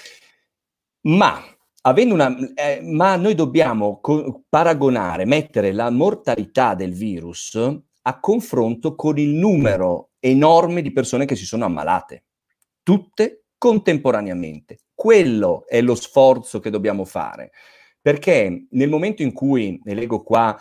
Ma, avendo una, eh, ma noi dobbiamo co- paragonare, mettere la mortalità del virus a confronto con il numero enorme di persone che si sono ammalate, tutte contemporaneamente. Quello è lo sforzo che dobbiamo fare. Perché nel momento in cui, e leggo qua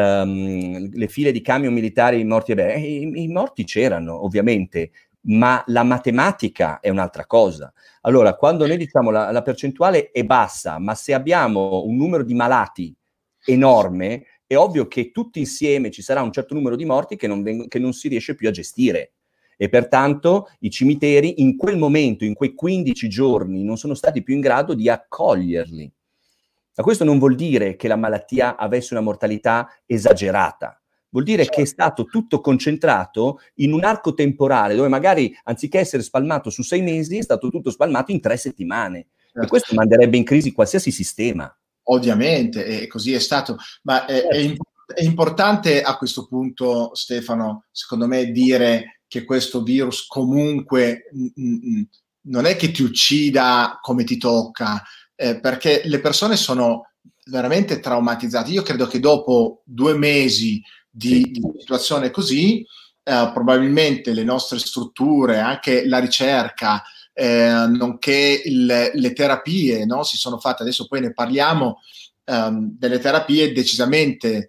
ehm, le file di camion militari morti, e beh, i, i morti c'erano ovviamente, ma la matematica è un'altra cosa. Allora, quando noi diciamo la, la percentuale è bassa, ma se abbiamo un numero di malati enorme, è ovvio che tutti insieme ci sarà un certo numero di morti che non, veng- che non si riesce più a gestire. E pertanto i cimiteri in quel momento, in quei quindici giorni, non sono stati più in grado di accoglierli. Ma questo non vuol dire che la malattia avesse una mortalità esagerata. Vuol dire che è stato tutto concentrato in un arco temporale dove magari anziché essere spalmato su sei mesi è stato tutto spalmato in tre settimane. E questo manderebbe in crisi qualsiasi sistema. Ovviamente, e così è stato. Ma è, è, Certo. è importante a questo punto, Stefano, secondo me, dire che questo virus comunque mh, mh, non è che ti uccida come ti tocca, eh, perché le persone sono veramente traumatizzate. Io credo che dopo due mesi di, Sì. di situazione così, eh, probabilmente le nostre strutture, anche la ricerca, eh, nonché il, le terapie, no? Si sono fatte, adesso poi ne parliamo, um, delle terapie decisamente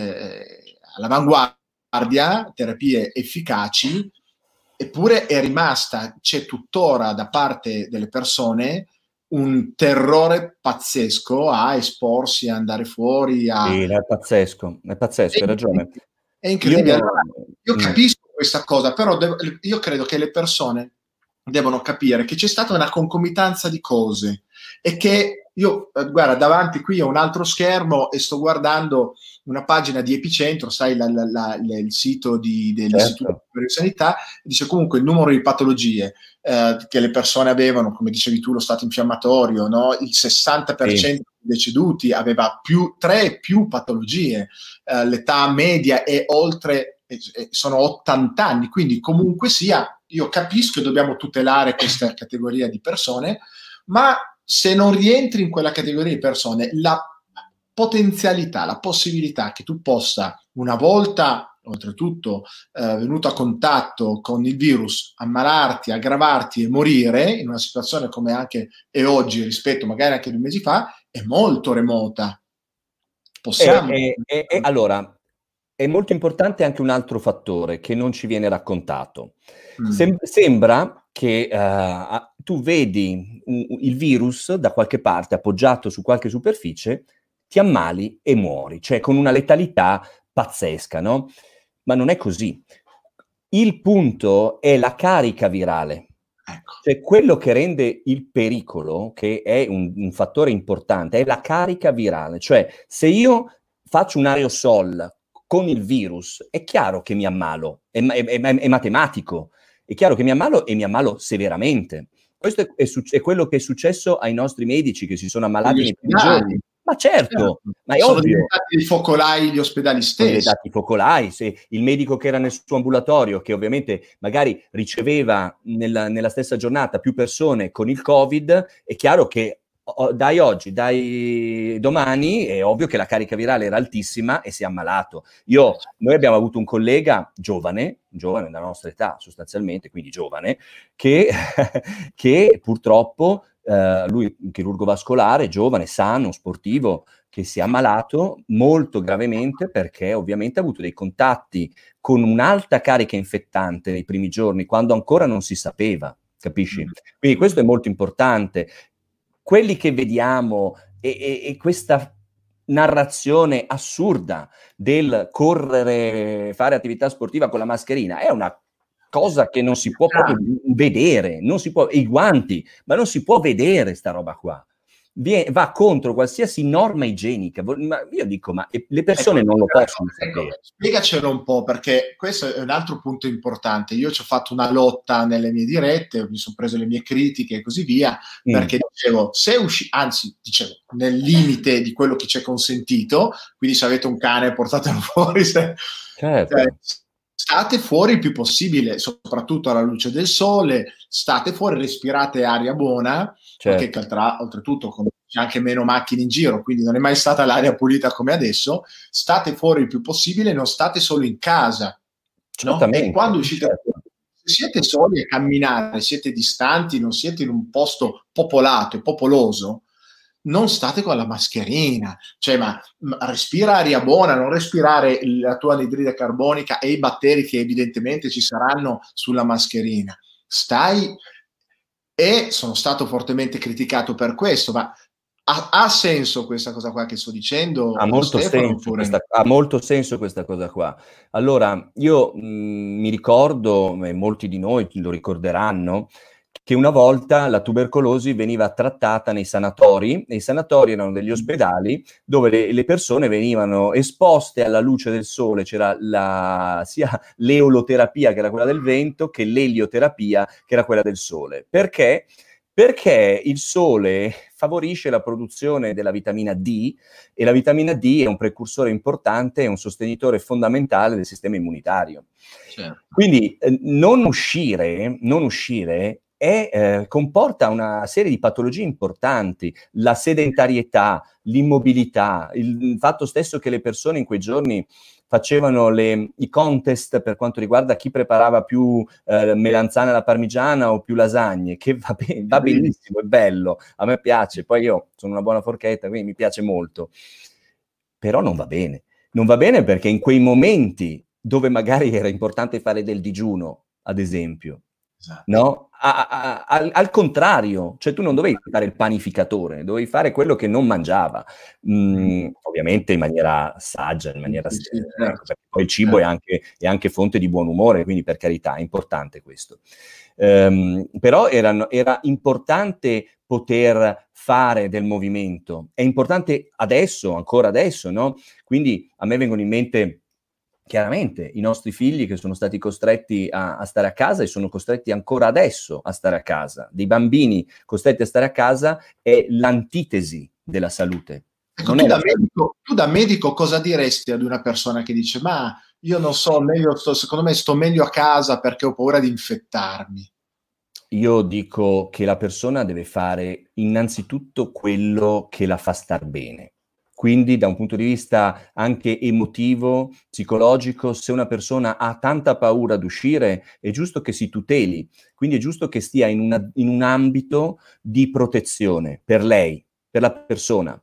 eh, all'avanguardia, terapie efficaci, eppure è rimasta, c'è tuttora da parte delle persone un terrore pazzesco a esporsi, a andare fuori, a... Sì, è pazzesco, è pazzesco, hai ragione. È Io incredibile. Allora, no... io mm. capisco questa cosa, però devo, io credo che le persone devono capire che c'è stata una concomitanza di cose e che io, guarda, davanti qui ho un altro schermo e sto guardando una pagina di Epicentro, sai, la, la, la, il sito di, dell'Istituto Certo. Superiore di Sanità, dice comunque il numero di patologie eh, che le persone avevano, come dicevi tu, lo stato infiammatorio, no? Il sessanta per cento Sì. dei deceduti aveva più, tre e più patologie, eh, l'età media è oltre, eh, sono ottanta anni, quindi comunque sia, io capisco che dobbiamo tutelare questa categoria di persone, ma se non rientri in quella categoria di persone, la potenzialità, la possibilità che tu possa una volta oltretutto eh, venuto a contatto con il virus, ammalarti, aggravarti e morire in una situazione come anche è oggi rispetto magari anche due mesi fa, è molto remota. Possiamo... E, e, e, allora, è molto importante anche un altro fattore che non ci viene raccontato. Mm. Sem- sembra che uh, tu vedi un, il virus da qualche parte appoggiato su qualche superficie, ti ammali e muori, cioè con una letalità pazzesca, no? Ma non è così. Il punto è la carica virale. Ecco. Cioè quello che rende il pericolo, che è un, un fattore importante, è la carica virale. Cioè se io faccio un aerosol con il virus, è chiaro che mi ammalo, è, è, è, è matematico, è chiaro che mi ammalo e mi ammalo severamente. Questo è, è, è quello che è successo ai nostri medici che si sono ammalati nei primi giorni. Ma certo, certo, ma è sono ovvio. diventati dei focolai gli ospedali stessi. Sono diventati focolai, se il medico che era nel suo ambulatorio, che ovviamente magari riceveva nella, nella stessa giornata più persone con il Covid, è chiaro che dai oggi, dai domani, è ovvio che la carica virale era altissima e si è ammalato. Io, noi abbiamo avuto un collega giovane, giovane della nostra età sostanzialmente, quindi giovane, che, che purtroppo, eh, lui un chirurgo vascolare, giovane, sano, sportivo, che si è ammalato molto gravemente perché ovviamente ha avuto dei contatti con un'alta carica infettante nei primi giorni, quando ancora non si sapeva, capisci? Quindi questo è molto importante. Quelli che vediamo e, e, e questa narrazione assurda del correre, fare attività sportiva con la mascherina, è una cosa che non si può proprio vedere, non si può, i guanti, ma non si può vedere sta roba qua. Vie, va contro qualsiasi norma igienica. Ma io dico, ma le persone ecco, non lo possono ecco, sapere. Spiegacelo un po', perché questo è un altro punto importante. Io ci ho fatto una lotta nelle mie dirette, mi sono preso le mie critiche e così via, mm. perché dicevo, se usci- anzi, dicevo, nel limite di quello che c'è consentito, quindi se avete un cane portatelo fuori, se, certo. eh, state fuori il più possibile, soprattutto alla luce del sole, state fuori, respirate aria buona, certo. Perché tra, oltretutto con, c'è anche meno macchine in giro, quindi non è mai stata l'aria pulita come adesso, state fuori il più possibile, non state solo in casa, no? E quando uscite, certo. se siete soli a camminare, siete distanti, non siete in un posto popolato e popoloso, non state con la mascherina, cioè ma, ma respira aria buona, non respirare la tua anidride carbonica e i batteri che evidentemente ci saranno sulla mascherina. Stai, e sono stato fortemente criticato per questo, ma ha, ha senso questa cosa qua che sto dicendo? Ha molto, senso questa, ha molto senso questa cosa qua. Allora, io mh, mi ricordo, e molti di noi lo ricorderanno, che una volta la tubercolosi veniva trattata nei sanatori, e i sanatori erano degli ospedali dove le, le persone venivano esposte alla luce del sole, c'era la, sia l'eoloterapia, che era quella del vento, che l'elioterapia, che era quella del sole. Perché? Perché il sole favorisce la produzione della vitamina D, e la vitamina D è un precursore importante, è un sostenitore fondamentale del sistema immunitario. Certo. Quindi eh, non uscire, non uscire è, eh, comporta una serie di patologie importanti, la sedentarietà, l'immobilità, il, il fatto stesso che le persone in quei giorni facevano le, i contest per quanto riguarda chi preparava più eh, melanzane alla parmigiana o più lasagne, che va, be- va benissimo, è bello, a me piace, poi io sono una buona forchetta, quindi mi piace molto, però non va bene, non va bene perché in quei momenti dove magari era importante fare del digiuno, ad esempio, esatto. No? A, a, a, al, al contrario, cioè tu non dovevi fare il panificatore, dovevi fare quello che non mangiava, mm, ovviamente in maniera saggia, in maniera sì, sì, certo. Ecco, perché poi il cibo certo. è, anche, è anche fonte di buon umore, quindi per carità è importante questo. Um, però era, era importante poter fare del movimento, è importante adesso, ancora adesso, no? Quindi a me vengono in mente chiaramente i nostri figli che sono stati costretti a, a stare a casa e sono costretti ancora adesso a stare a casa. Dei bambini costretti a stare a casa è l'antitesi della salute. Ecco, tu, da medico, tu da medico cosa diresti ad una persona che dice ma io non so, meglio sto, secondo me sto meglio a casa perché ho paura di infettarmi? Io dico che la persona deve fare innanzitutto quello che la fa star bene. quindi da un punto di vista anche emotivo, psicologico, se una persona ha tanta paura ad uscire, è giusto che si tuteli, quindi è giusto che stia in, una, in un ambito di protezione per lei, per la persona.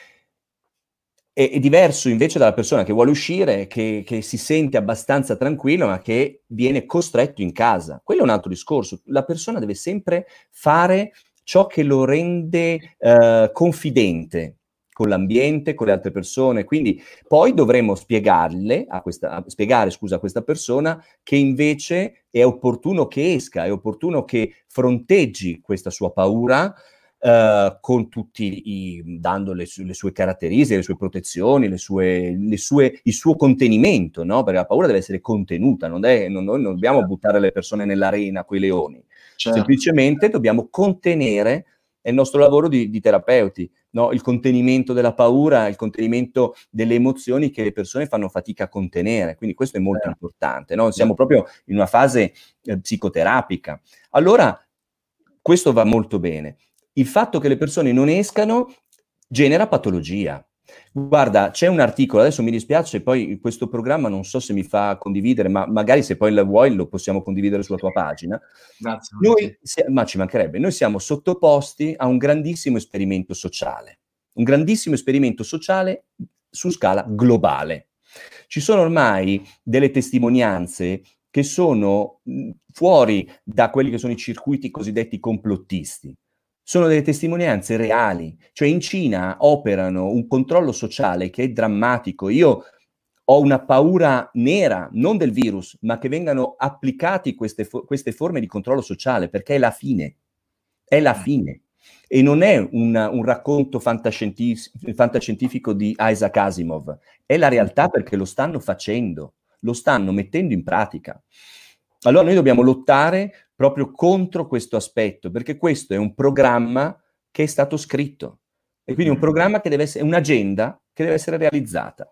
È, è diverso invece dalla persona che vuole uscire, che, che si sente abbastanza tranquillo, ma che viene costretto in casa. Quello è un altro discorso. La persona deve sempre fare ciò che lo rende eh, confidente con l'ambiente, con le altre persone. Quindi poi dovremo spiegarle a questa, a spiegare scusa, a questa persona che invece è opportuno che esca, è opportuno che fronteggi questa sua paura, Uh, con tutti i, dando le, le sue caratteristiche, le sue protezioni, le sue, le sue, il suo contenimento, no? Perché la paura deve essere contenuta, non è, non, noi non dobbiamo buttare le persone nell'arena, quei leoni. Certo. Semplicemente dobbiamo contenere, è il nostro lavoro di, di terapeuti, no? Il contenimento della paura, il contenimento delle emozioni che le persone fanno fatica a contenere, quindi questo è molto certo. importante, no? Siamo proprio in una fase eh, psicoterapica. Allora, questo va molto bene. Il fatto che le persone non escano genera patologia. Guarda, c'è un articolo, adesso mi dispiace, poi questo programma non so se mi fa condividere, ma magari se poi lo vuoi lo possiamo condividere sulla tua pagina. Grazie. Noi, ma ci mancherebbe, noi siamo sottoposti a un grandissimo esperimento sociale, un grandissimo esperimento sociale su scala globale. Ci sono ormai delle testimonianze che sono mh, fuori da quelli che sono i circuiti cosiddetti complottisti. Sono delle testimonianze reali, cioè in Cina operano un controllo sociale che è drammatico. Io ho una paura nera, non del virus, ma che vengano applicati queste, fo- queste forme di controllo sociale, perché è la fine, è la fine. E non è una, un racconto fantascientif- fantascientifico di Isaac Asimov, è la realtà perché lo stanno facendo, lo stanno mettendo in pratica. Allora noi dobbiamo lottare proprio contro questo aspetto, perché questo è un programma che è stato scritto, e quindi un programma che deve essere, un'agenda che deve essere realizzata.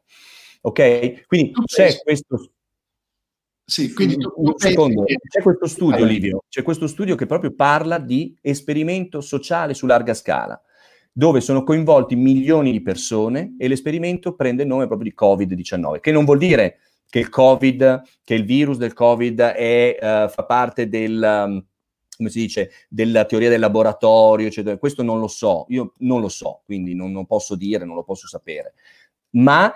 Ok? Quindi c'è questo... Sì, quindi tu, un secondo, che... c'è questo studio, Livio, c'è questo studio che proprio parla di esperimento sociale su larga scala, dove sono coinvolti milioni di persone e l'esperimento prende il nome proprio di covid diciannove, che non vuol dire che il Covid, che il virus del Covid è, uh, fa parte del, um, come si dice, della teoria del laboratorio, eccetera. Questo non lo so, io non lo so, quindi non, non posso dire, non lo posso sapere. Ma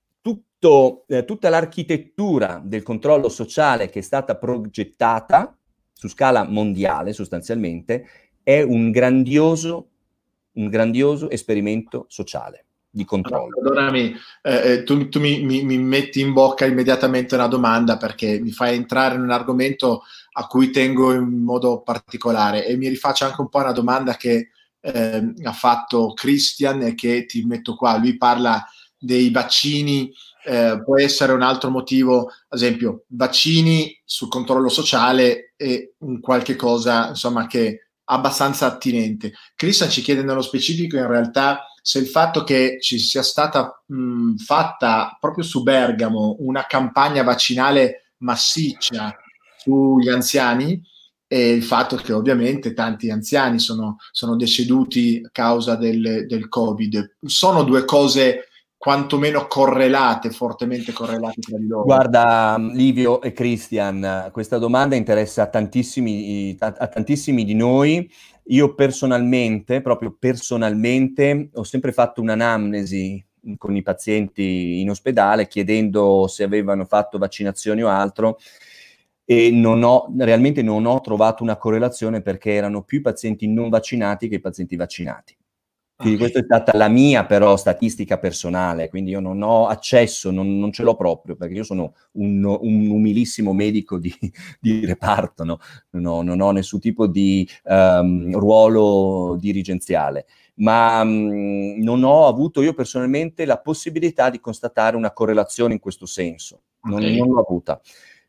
tutto, eh, tutta l'architettura del controllo sociale che è stata progettata su scala mondiale, sostanzialmente, è un grandioso, un grandioso esperimento sociale di controllo. Perdonami, eh, tu, tu mi, mi, mi metti in bocca immediatamente una domanda, perché mi fai entrare in un argomento a cui tengo in modo particolare, e mi rifaccio anche un po' a una domanda che eh, ha fatto Christian e che ti metto qua. Lui parla dei vaccini, eh, può essere un altro motivo, ad esempio vaccini sul controllo sociale e un qualche cosa insomma che abbastanza attinente. Christian ci chiede nello specifico in realtà se il fatto che ci sia stata mh, fatta proprio su Bergamo una campagna vaccinale massiccia sugli anziani, e il fatto che ovviamente tanti anziani sono, sono deceduti a causa del, del Covid, sono due cose quantomeno correlate, fortemente correlate tra di loro. Guarda, Livio e Christian, questa domanda interessa a tantissimi, a tantissimi di noi. Io personalmente, proprio personalmente, ho sempre fatto un'anamnesi con i pazienti in ospedale chiedendo se avevano fatto vaccinazioni o altro, e non ho, realmente non ho trovato una correlazione, perché erano più i pazienti non vaccinati che i pazienti vaccinati. Quindi okay. Questa è stata la mia però statistica personale, quindi io non ho accesso, non, non ce l'ho proprio, perché io sono un, un umilissimo medico di, di reparto, no? non, ho, non ho nessun tipo di um, ruolo dirigenziale, ma um, non ho avuto io personalmente la possibilità di constatare una correlazione in questo senso, non, okay. non l'ho avuta.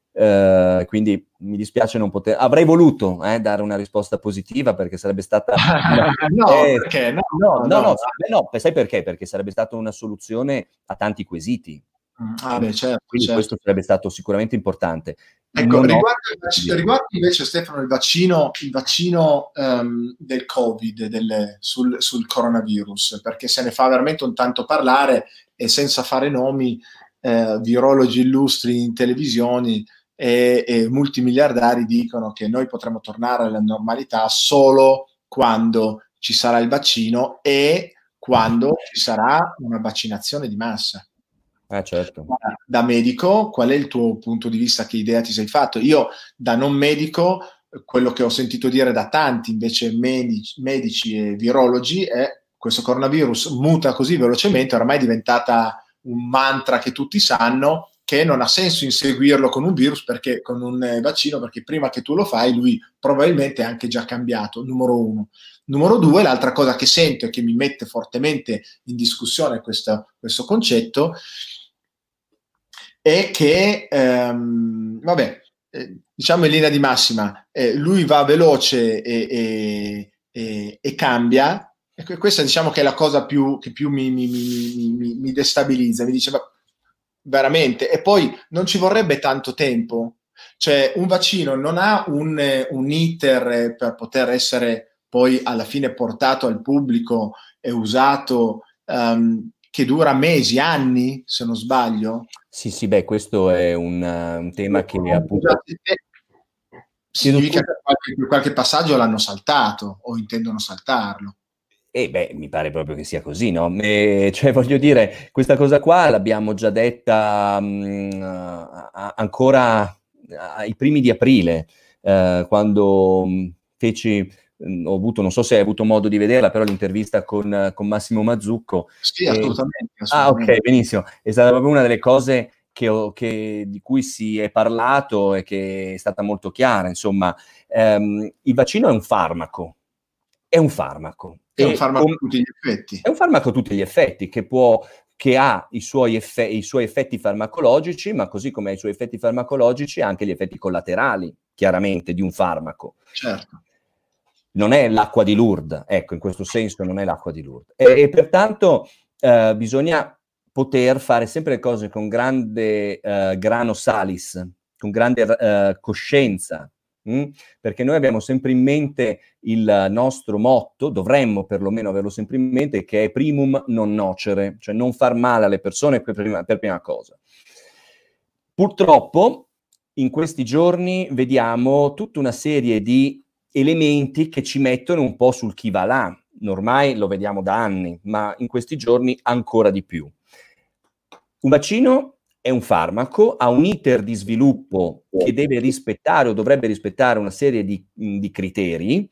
Uh, quindi mi dispiace non poter, avrei voluto eh, dare una risposta positiva, perché sarebbe stata una... no, eh, perché? No, no, no, no, no, no, no, sai perché? Perché sarebbe stata una soluzione a tanti quesiti, Ah, beh, certo, Quindi certo. questo sarebbe stato sicuramente importante. Ecco, Non ho... riguardo, il vac- riguardo invece, Stefano, il vaccino, il vaccino ehm, del Covid, del- sul, sul coronavirus, perché se ne fa veramente un tanto parlare e senza fare nomi, eh, virologi illustri in televisioni e, e multimiliardari dicono che noi potremo tornare alla normalità solo quando ci sarà il vaccino e quando ci sarà una vaccinazione di massa. Ah, certo. Da medico, qual è il tuo punto di vista? Che idea ti sei fatto? Io, da non medico, quello che ho sentito dire da tanti invece medici, medici e virologi è questo coronavirus muta così velocemente, ormai è diventata un mantra che tutti sanno, che non ha senso inseguirlo con un virus, perché con un eh, vaccino, perché prima che tu lo fai, lui probabilmente è anche già cambiato, numero uno. Numero due, l'altra cosa che sento e che mi mette fortemente in discussione questo, questo concetto è che, ehm, vabbè, eh, diciamo in linea di massima, eh, lui va veloce e, e, e, e cambia, e questa diciamo che è la cosa più, che più mi, mi, mi, mi, mi destabilizza, mi dice, ma veramente? E poi non ci vorrebbe tanto tempo, cioè un vaccino non ha un, un iter per poter essere poi alla fine portato al pubblico e usato, um, che dura mesi, anni, se non sbaglio. Sì, sì, beh, questo è un, un tema che appunto... Significa che qualche, qualche passaggio l'hanno saltato o intendono saltarlo. E beh, mi pare proprio che sia così, no? E, cioè, voglio dire, questa cosa qua l'abbiamo già detta mh, ancora ai primi di aprile, eh, quando mh, feci, mh, ho avuto, non so se hai avuto modo di vederla, però l'intervista con, con Massimo Mazzucco. Sì, E... assolutamente, Ah, assolutamente. ok, benissimo. È stata proprio una delle cose che ho, che, di cui si è parlato e che è stata molto chiara. Insomma, ehm, il vaccino è un farmaco. È un farmaco. È un E farmaco com- a tutti gli effetti. è un farmaco a tutti gli effetti, che può, che ha i suoi, effe- i suoi effetti farmacologici, ma così come ha i suoi effetti farmacologici ha anche gli effetti collaterali, chiaramente, di un farmaco. Certo. Non è l'acqua di Lourdes, ecco, in questo senso non è l'acqua di Lourdes. E, e pertanto eh, bisogna poter fare sempre le cose con grande eh, grano salis, con grande eh, coscienza, mh? Perché noi abbiamo sempre in mente il nostro motto, dovremmo perlomeno averlo sempre in mente, che è primum non nocere, cioè non far male alle persone per prima, per prima cosa. Purtroppo in questi giorni vediamo tutta una serie di elementi che ci mettono un po' sul chi va là. Ormai lo vediamo da anni, ma in questi giorni ancora di più. Un vaccino è un farmaco, ha un iter di sviluppo che deve rispettare o dovrebbe rispettare una serie di, di criteri,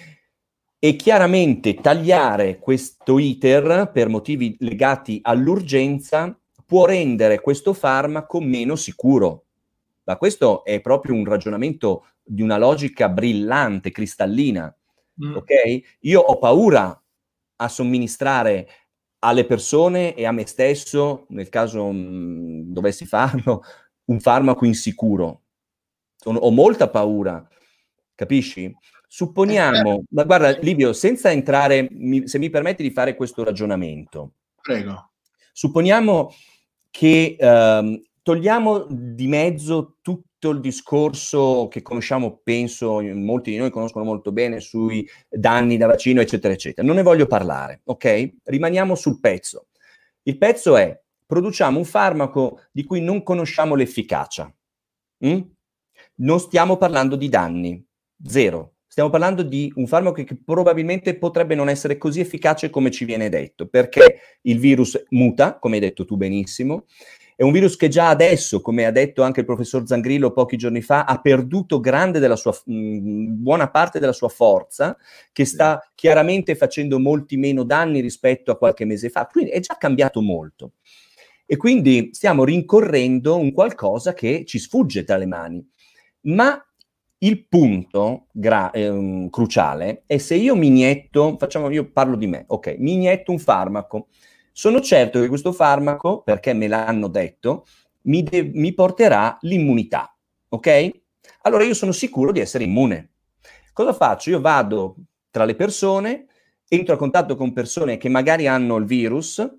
e chiaramente tagliare questo iter per motivi legati all'urgenza può rendere questo farmaco meno sicuro. Ma questo è proprio un ragionamento di una logica brillante, cristallina. Mm. Ok? Io ho paura a somministrare alle persone e a me stesso, nel caso mh, dovessi farlo, un farmaco insicuro. Ho, ho molta paura, capisci? Supponiamo, ma guarda Livio, senza entrare, mi, se mi permetti di fare questo ragionamento. Prego. Supponiamo che ehm, togliamo di mezzo tutto il discorso che conosciamo, penso, molti di noi conoscono molto bene, sui danni da vaccino, eccetera, eccetera. Non ne voglio parlare, ok? Rimaniamo sul pezzo. Il pezzo è, produciamo un farmaco di cui non conosciamo l'efficacia. Mm? Non stiamo parlando di danni, zero. Stiamo parlando di un farmaco che probabilmente potrebbe non essere così efficace come ci viene detto, perché il virus muta, come hai detto tu benissimo, è un virus che già adesso, come ha detto anche il professor Zangrillo pochi giorni fa, ha perduto grande della sua, mh, buona parte della sua forza, che sta chiaramente facendo molti meno danni rispetto a qualche mese fa, quindi è già cambiato molto. E quindi stiamo rincorrendo un qualcosa che ci sfugge tra le mani. Ma il punto gra- ehm, cruciale è se io mi inietto, facciamo, io parlo di me, ok, mi inietto un farmaco, sono certo che questo farmaco, perché me l'hanno detto, mi, de- mi porterà l'immunità, ok? Allora io sono sicuro di essere immune. Cosa faccio? Io vado tra le persone, entro a contatto con persone che magari hanno il virus,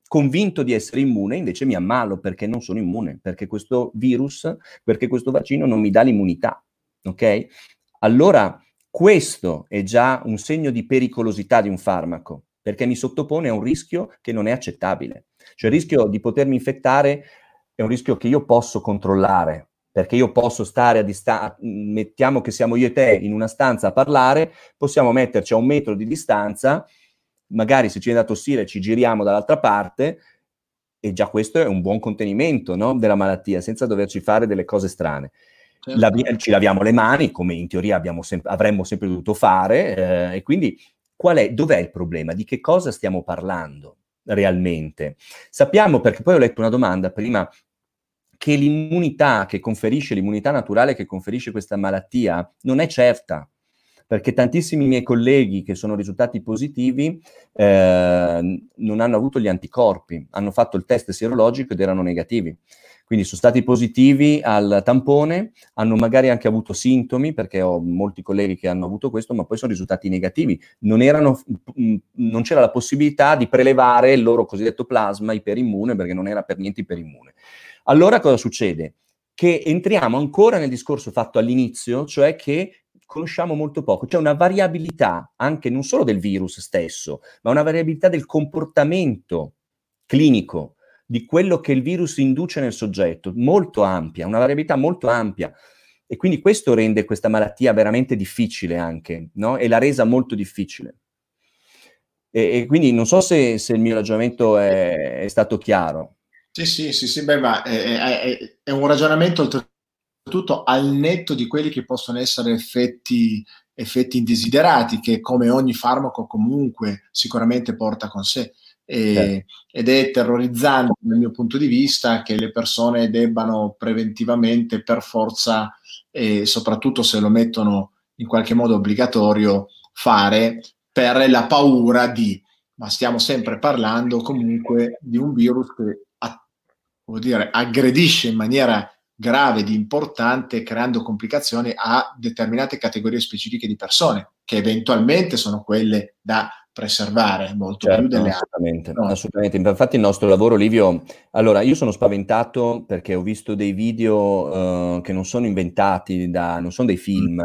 convinto di essere immune, invece mi ammalo perché non sono immune, perché questo virus, perché questo vaccino non mi dà l'immunità, ok? Allora, questo è già un segno di pericolosità di un farmaco, perché mi sottopone a un rischio che non è accettabile. Cioè il rischio di potermi infettare è un rischio che io posso controllare, perché io posso stare a distanza, mettiamo che siamo io e te in una stanza a parlare, possiamo metterci a un metro di distanza, magari se ci viene da tossire ci giriamo dall'altra parte, e già questo è un buon contenimento, no? Della malattia, senza doverci fare delle cose strane. Certo. La, ci laviamo le mani, come in teoria abbiamo sem- avremmo sempre dovuto fare, eh, e quindi qual è, dov'è il problema? Di che cosa stiamo parlando realmente? Sappiamo, perché poi ho letto una domanda prima, che l'immunità che conferisce, l'immunità naturale che conferisce questa malattia non è certa, perché tantissimi miei colleghi che sono risultati positivi eh, non hanno avuto gli anticorpi, hanno fatto il test sierologico ed erano negativi. Quindi sono stati positivi al tampone, hanno magari anche avuto sintomi, perché ho molti colleghi che hanno avuto questo, ma poi sono risultati negativi. Non, erano, non c'era la possibilità di prelevare il loro cosiddetto plasma iperimmune, perché non era per niente iperimmune. Allora cosa succede? Che entriamo ancora nel discorso fatto all'inizio, cioè che conosciamo molto poco. C'è una variabilità anche non solo del virus stesso, ma una variabilità del comportamento clinico, di quello che il virus induce nel soggetto, molto ampia, una variabilità molto ampia. E quindi questo rende questa malattia veramente difficile anche, no? E l'ha resa molto difficile. E, e quindi non so se, se il mio ragionamento è, è stato chiaro. Sì, sì, sì, sì, beh, ma è, è- è un ragionamento oltretutto al netto di quelli che possono essere effetti, effetti indesiderati, che come ogni farmaco comunque sicuramente porta con sé. Certo. E- ed è terrorizzante dal mio punto di vista che le persone debbano preventivamente per forza, e soprattutto se lo mettono in qualche modo obbligatorio, fare per la paura di, ma stiamo sempre parlando comunque di un virus che a- vuol dire, aggredisce in maniera grave ed importante, creando complicazioni a determinate categorie specifiche di persone, che eventualmente sono quelle da preservare, molto più Certo, delle altre. assolutamente, No. assolutamente. Infatti il nostro lavoro, Livio, allora io sono spaventato perché ho visto dei video eh, che non sono inventati, da, non sono dei film,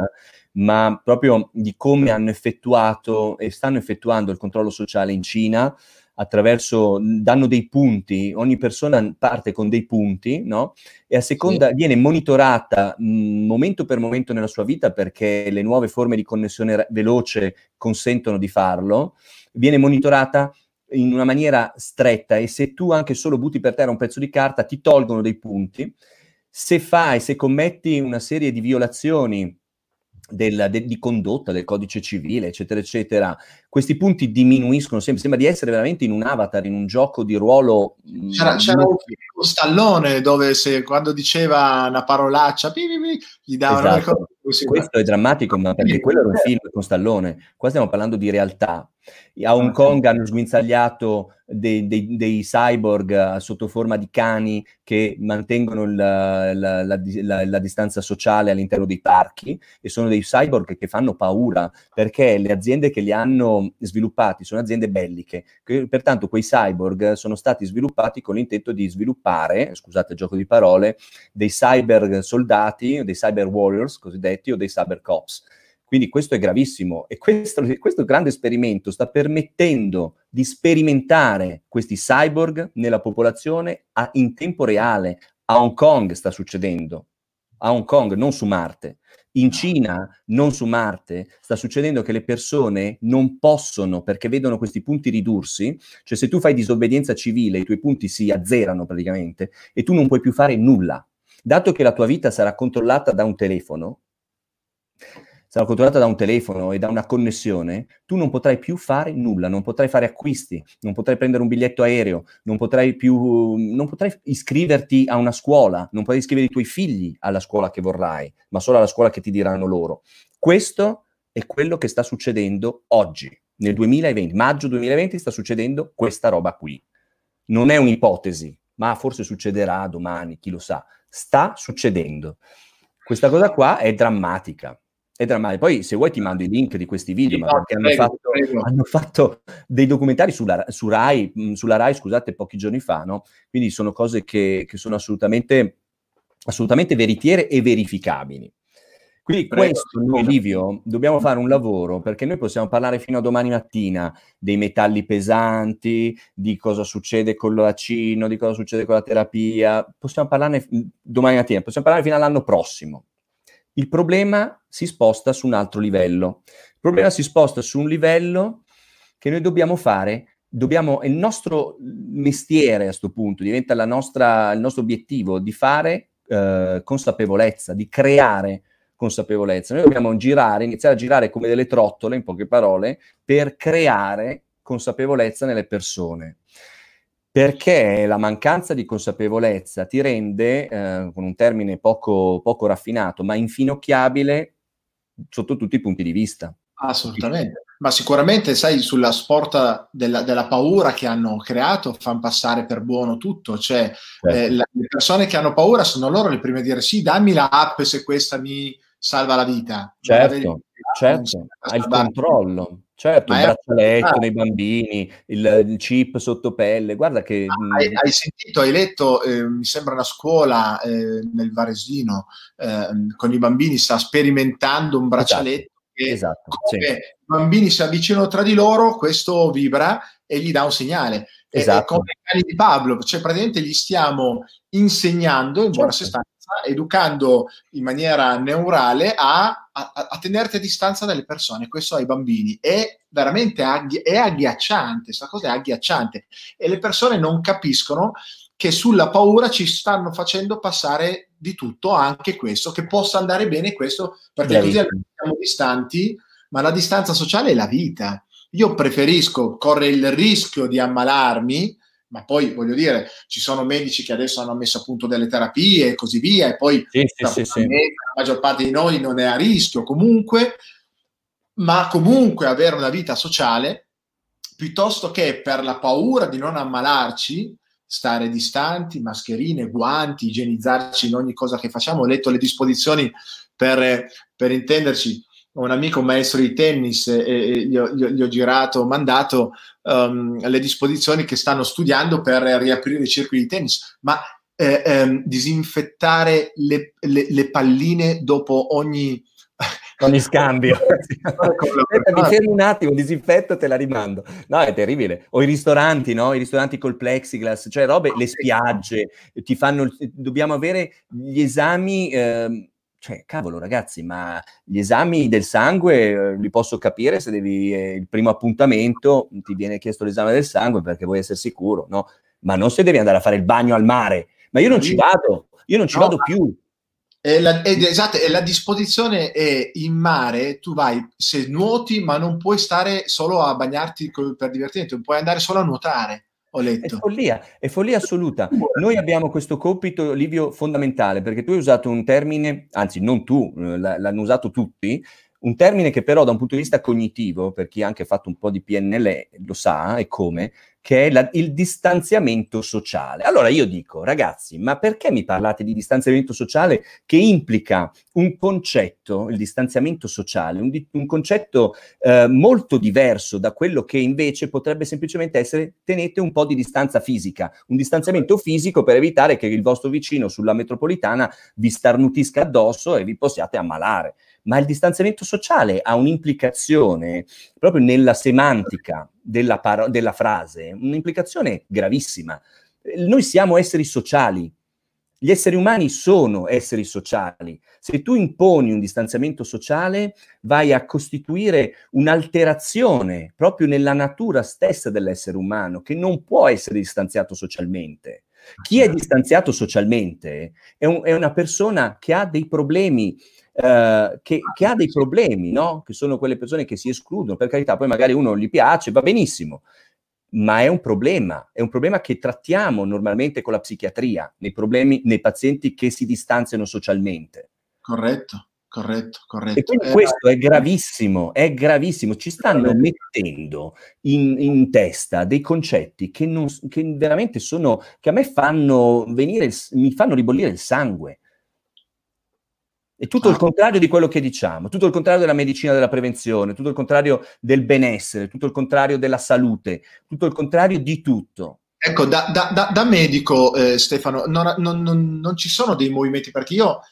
ma proprio di come hanno effettuato e stanno effettuando il controllo sociale in Cina attraverso, danno dei punti, ogni persona parte con dei punti, no? E a Sì. seconda viene monitorata mh, momento per momento nella sua vita, perché le nuove forme di connessione ra- veloce consentono di farlo, viene monitorata in una maniera stretta, e se tu anche solo butti per terra un pezzo di carta ti tolgono dei punti. Se fai, se commetti una serie di violazioni del, de, di condotta del codice civile, eccetera, eccetera, questi punti diminuiscono sempre. Sembra di essere veramente in un avatar, in un gioco di ruolo. C'era, Mh, c'era un film con Stallone dove se, quando diceva una parolaccia, pi, pi, pi, gli davano, non mi ricordo Esatto. come si chiama. Questo è drammatico, ma perché quello era un film con Stallone. Qua stiamo parlando di realtà. A Hong Ah, sì. Kong hanno sguinzagliato dei, dei- dei cyborg eh, sotto forma di cani che mantengono il- la, la- la- la distanza sociale all'interno dei parchi, e sono dei cyborg che fanno paura, perché le aziende che li hanno sviluppati sono aziende belliche. Che, pertanto quei cyborg sono stati sviluppati con l'intento di sviluppare, scusate il gioco di parole, dei cyber soldati, dei cyber warriors cosiddetti, o dei cyber cops. Quindi questo è gravissimo, e questo, questo grande esperimento sta permettendo di sperimentare questi cyborg nella popolazione a, in tempo reale. A Hong Kong sta succedendo, a Hong Kong, non su Marte. In Cina, non su Marte, sta succedendo che le persone non possono, perché vedono questi punti ridursi, cioè se tu fai disobbedienza civile i tuoi punti si azzerano praticamente e tu non puoi più fare nulla. Dato che la tua vita sarà controllata da un telefono, sarà controllata da un telefono e da una connessione, tu non potrai più fare nulla, non potrai fare acquisti, non potrai prendere un biglietto aereo, non potrai più, non potrai iscriverti a una scuola, non potrai iscrivere i tuoi figli alla scuola che vorrai, ma solo alla scuola che ti diranno loro. Questo è quello che sta succedendo oggi, nel duemilaventi, maggio duemilaventi sta succedendo questa roba qui. Non è un'ipotesi, ma forse succederà domani, chi lo sa. Sta succedendo. Questa cosa qua è drammatica. è drammatico. Poi se vuoi ti mando i link di questi video, Sì, ma no, perché hanno, prego, fatto, prego. hanno fatto dei documentari sulla, su Rai, mh, sulla Rai, scusate, pochi giorni fa, no? Quindi sono cose che, che sono assolutamente, assolutamente veritiere e verificabili. Quindi Prego. questo noi, Livio, dobbiamo fare un lavoro, perché noi possiamo parlare fino a domani mattina dei metalli pesanti, di cosa succede con il vaccino, di cosa succede con la terapia, possiamo parlarne domani mattina, possiamo parlare fino all'anno prossimo. Il problema si sposta su un altro livello. Il problema si sposta su un livello che noi dobbiamo fare, dobbiamo, il nostro mestiere a questo punto, diventa la nostra, il nostro obiettivo di fare eh, consapevolezza, di creare consapevolezza. Noi dobbiamo girare, iniziare a girare come delle trottole, in poche parole, per creare consapevolezza nelle persone. Perché la mancanza di consapevolezza ti rende, eh, con un termine poco, poco raffinato, ma infinocchiabile sotto tutti i punti di vista. Assolutamente, ma sicuramente, sai, sulla sporta della, della paura che hanno creato, fanno passare per buono tutto, cioè Certo. eh, la, le persone che hanno paura sono loro le prime a dire sì, dammi la app se questa mi salva la vita. Certo, certo, hai il controllo, certo, il braccialetto nei bambini, il, il chip sotto pelle, guarda che... Hai, hai sentito, hai letto, eh, mi sembra una scuola eh, nel Varesino, eh, con i bambini sta sperimentando un braccialetto. Che esatto, come sì. i bambini si avvicinano tra di loro, questo vibra e gli dà un segnale. Esatto. È, è come i cani di Pavlov, cioè praticamente gli stiamo insegnando, in buona Certo. sostanza, educando in maniera neurale a, a, a tenerti a distanza dalle persone. Questo ai bambini. È veramente agghi- è agghiacciante, questa cosa è agghiacciante. E le persone non capiscono che sulla paura ci stanno facendo passare di tutto, anche questo, che possa andare bene questo, perché Bravissimo. così siamo distanti, ma la distanza sociale è la vita. Io preferisco correre il rischio di ammalarmi, ma poi voglio dire, ci sono medici che adesso hanno messo a punto delle terapie e così via, e poi sì, sì, sì, sì. la maggior parte di noi non è a rischio comunque, ma comunque avere una vita sociale, piuttosto che per la paura di non ammalarci, stare distanti, mascherine, guanti, igienizzarci in ogni cosa che facciamo. Ho letto le disposizioni per, per intenderci, ho un amico maestro di tennis e, e gli, ho, gli ho girato, ho mandato um, le disposizioni che stanno studiando per riaprire i circoli di tennis, ma eh, ehm, disinfettare le, le, le palline dopo ogni... ogni scambio. Aspetta, mi fermo un attimo, disinfetto, te la rimando. No, è terribile. O i ristoranti, no? I ristoranti col plexiglass, cioè robe, le spiagge, ti fanno, dobbiamo avere gli esami, eh, cioè, cavolo ragazzi, ma gli esami del sangue eh, li posso capire se devi, eh, il primo appuntamento ti viene chiesto l'esame del sangue perché vuoi essere sicuro, no? Ma non se devi andare a fare il bagno al mare. Ma io non ci vado, io non ci no, vado più. È la, è, esatto, è la disposizione è in mare, tu vai, se nuoti, ma non puoi stare solo a bagnarti per divertimento, puoi andare solo a nuotare, ho letto. È follia, è follia assoluta. Noi abbiamo questo compito, Livio, fondamentale, perché tu hai usato un termine, anzi non tu, l'hanno usato tutti, un termine che però da un punto di vista cognitivo, per chi ha anche fatto un po' di P N L lo sa e come, che è la, il distanziamento sociale. Allora io dico, ragazzi, ma perché mi parlate di distanziamento sociale che implica un concetto, il distanziamento sociale, un, di, un concetto eh, molto diverso da quello che invece potrebbe semplicemente essere tenete un po' di distanza fisica, un distanziamento fisico per evitare che il vostro vicino sulla metropolitana vi starnutisca addosso e vi possiate ammalare. Ma il distanziamento sociale ha un'implicazione proprio nella semantica della, paro- della frase, un'implicazione gravissima. Noi siamo esseri sociali, gli esseri umani sono esseri sociali. Se tu imponi un distanziamento sociale, vai a costituire un'alterazione proprio nella natura stessa dell'essere umano, che non può essere distanziato socialmente. Chi è distanziato socialmente è, un, è una persona che ha dei problemi, Uh, che, che ha dei problemi, no? Che sono quelle persone che si escludono, per carità, poi magari uno gli piace, va benissimo, ma è un problema, è un problema che trattiamo normalmente con la psichiatria, nei problemi, nei pazienti che si distanziano socialmente. Corretto, corretto, corretto. E quindi eh, questo è gravissimo, è gravissimo, ci stanno mettendo in, in testa dei concetti che, non, che veramente sono, che a me fanno venire, il, mi fanno ribollire il sangue. È tutto il contrario di quello che diciamo, tutto il contrario della medicina della prevenzione, tutto il contrario del benessere, tutto il contrario della salute, tutto il contrario di tutto. Ecco, da, da, da, da medico, eh, Stefano, non, non, non, non ci sono dei movimenti, perché io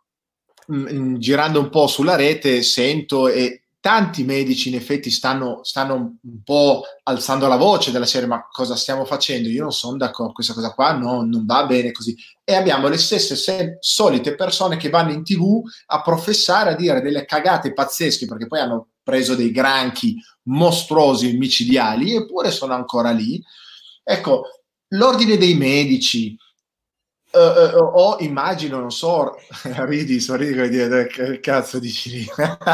mh, girando un po' sulla rete sento, e tanti medici in effetti stanno, stanno un po' alzando la voce della serie, ma cosa stiamo facendo? Io non sono d'accordo, questa cosa qua no, non va bene così. E abbiamo le stesse se, solite persone che vanno in tivù a professare, a dire delle cagate pazzesche, perché poi hanno preso dei granchi mostruosi micidiali, eppure sono ancora lì. Ecco, l'ordine dei medici, Uh, uh, o immagino, non so, ridi, sorridi come dire, che cazzo dici lì?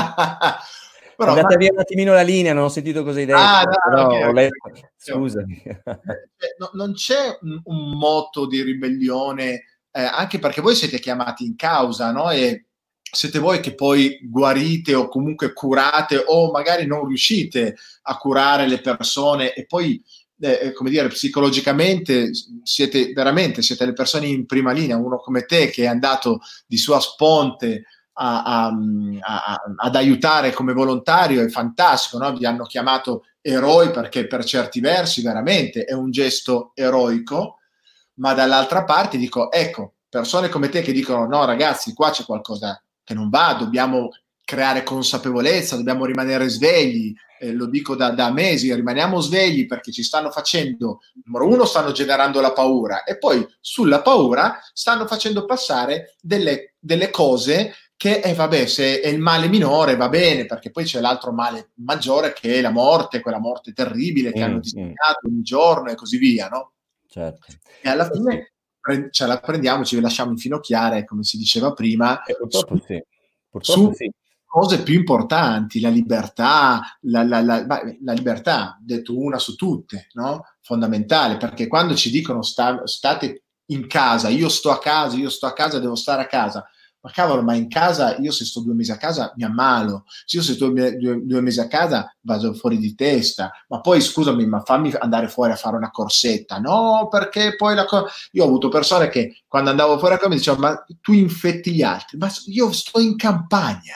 Però, è andata ma... via un attimino la linea, non ho sentito cosa hai detto, ah, no, però okay, ho letto, okay. Scusami. No, non c'è un, un motto di ribellione, eh, anche perché voi siete chiamati in causa, no? E siete voi che poi guarite o comunque curate, o magari non riuscite a curare le persone, e poi Eh, come dire, psicologicamente siete veramente siete le persone in prima linea. Uno come te che è andato di sua sponte a, a, a, ad aiutare come volontario è fantastico, no? Vi hanno chiamato eroi perché per certi versi veramente è un gesto eroico, ma dall'altra parte dico, ecco, persone come te che dicono no ragazzi, qua c'è qualcosa che non va, dobbiamo creare consapevolezza, dobbiamo rimanere svegli. Eh, lo dico da, da mesi, rimaniamo svegli perché ci stanno facendo, numero uno, stanno generando la paura, e poi sulla paura stanno facendo passare delle, delle cose che, eh, vabbè, se è il male minore va bene, perché poi c'è l'altro male maggiore che è la morte, quella morte terribile che mm, hanno disegnato mm. ogni giorno e così via, no? Certo. E alla fine pre- ce la prendiamo, ci lasciamo infinocchiare, come si diceva prima, eh, purtroppo su, sì. Purtroppo su sì. cose più importanti, la libertà, la, la, la, la libertà, detto una su tutte, no? Fondamentale, perché quando ci dicono sta, state in casa, io sto a casa, io sto a casa, devo stare a casa, ma cavolo, ma in casa, io se sto due mesi a casa mi ammalo, se io se sto due, due, due mesi a casa vado fuori di testa, ma poi scusami, ma fammi andare fuori a fare una corsetta, no, perché poi la co- io ho avuto persone che quando andavo fuori a casa mi dicevano, ma tu infetti gli altri, ma io sto in campagna.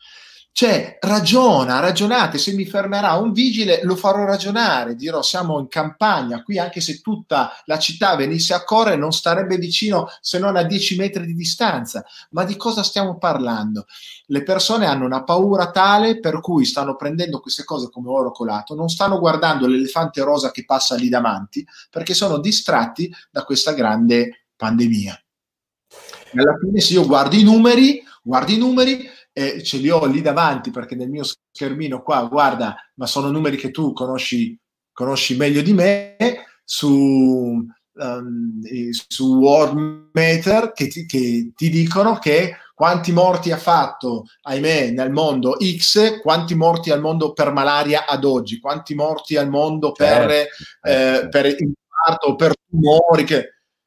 Cioè, ragiona, ragionate, se mi fermerà un vigile lo farò ragionare, dirò siamo in campagna, qui anche se tutta la città venisse a correre non starebbe vicino se non a dieci metri di distanza. Ma di cosa stiamo parlando? Le persone hanno una paura tale per cui stanno prendendo queste cose come oro colato, non stanno guardando l'elefante rosa che passa lì davanti, perché sono distratti da questa grande pandemia. E alla fine se io guardo i numeri, guardo i numeri, e ce li ho lì davanti perché nel mio schermino qua, guarda, ma sono numeri che tu conosci, conosci meglio di me, su, um, su Worldmeter, che ti, che ti dicono che quanti morti ha fatto, ahimè, nel mondo X, quanti morti al mondo per malaria ad oggi, quanti morti al mondo per, certo, eh, per infarto o per tumori, che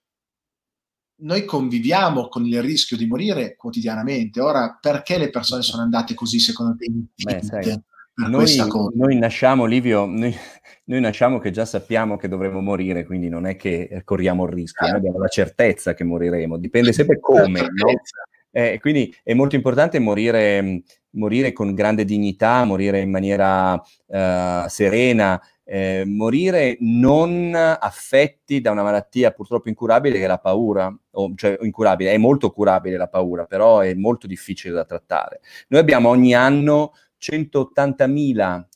noi conviviamo con il rischio di morire quotidianamente. Ora, perché le persone sono andate così, secondo te, in Beh, sai, per noi, questa cosa? Noi nasciamo, Livio, noi, noi nasciamo che già sappiamo che dovremo morire, quindi non è che corriamo il rischio, certo. Noi abbiamo la certezza che moriremo, dipende sempre come, no? Eh, quindi è molto importante morire, morire con grande dignità, morire in maniera uh, serena, Eh, morire non affetti da una malattia purtroppo incurabile che è la paura, o, cioè incurabile, è molto curabile la paura, però è molto difficile da trattare. Noi abbiamo ogni anno centottantamila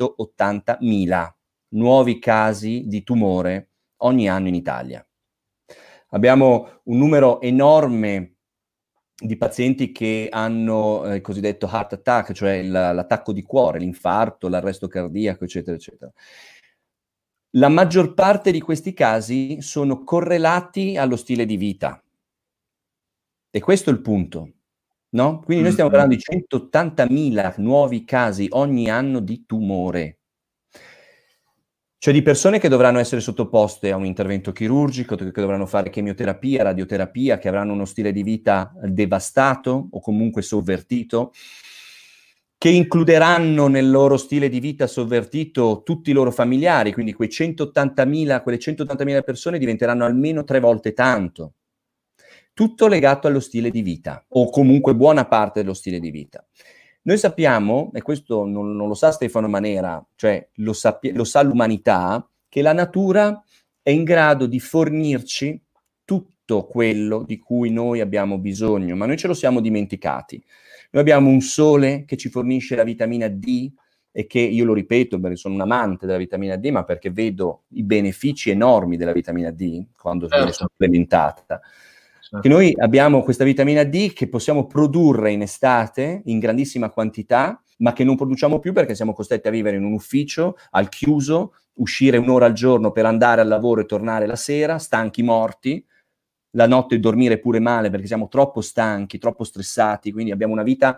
nuovi casi di tumore ogni anno in Italia. Abbiamo un numero enorme di pazienti che hanno eh, il cosiddetto heart attack, cioè il, l'attacco di cuore, l'infarto, l'arresto cardiaco, eccetera, eccetera. La maggior parte di questi casi sono correlati allo stile di vita. E questo è il punto, no? Quindi noi stiamo parlando di centottantamila nuovi casi ogni anno di tumore. Cioè di persone che dovranno essere sottoposte a un intervento chirurgico, che dovranno fare chemioterapia, radioterapia, che avranno uno stile di vita devastato o comunque sovvertito, che includeranno nel loro stile di vita sovvertito tutti i loro familiari, quindi quei centottantamila, quelle centottantamila persone diventeranno almeno tre volte tanto. tutto legato allo stile di vita, o comunque buona parte dello stile di vita. Noi sappiamo, e questo non, non lo sa Stefano Manera, cioè lo, sappia, lo sa l'umanità, che la natura è in grado di fornirci tutto quello di cui noi abbiamo bisogno, ma noi ce lo siamo dimenticati. Noi abbiamo un sole che ci fornisce la vitamina D, e che, io lo ripeto perché sono un amante della vitamina D, ma perché vedo i benefici enormi della vitamina D quando certo. viene supplementata. Certo. Che noi abbiamo questa vitamina D che possiamo produrre in estate in grandissima quantità, ma che non produciamo più perché siamo costretti a vivere in un ufficio al chiuso, uscire un'ora al giorno per andare al lavoro e tornare la sera, stanchi morti, la notte dormire pure male perché siamo troppo stanchi, troppo stressati, quindi abbiamo una vita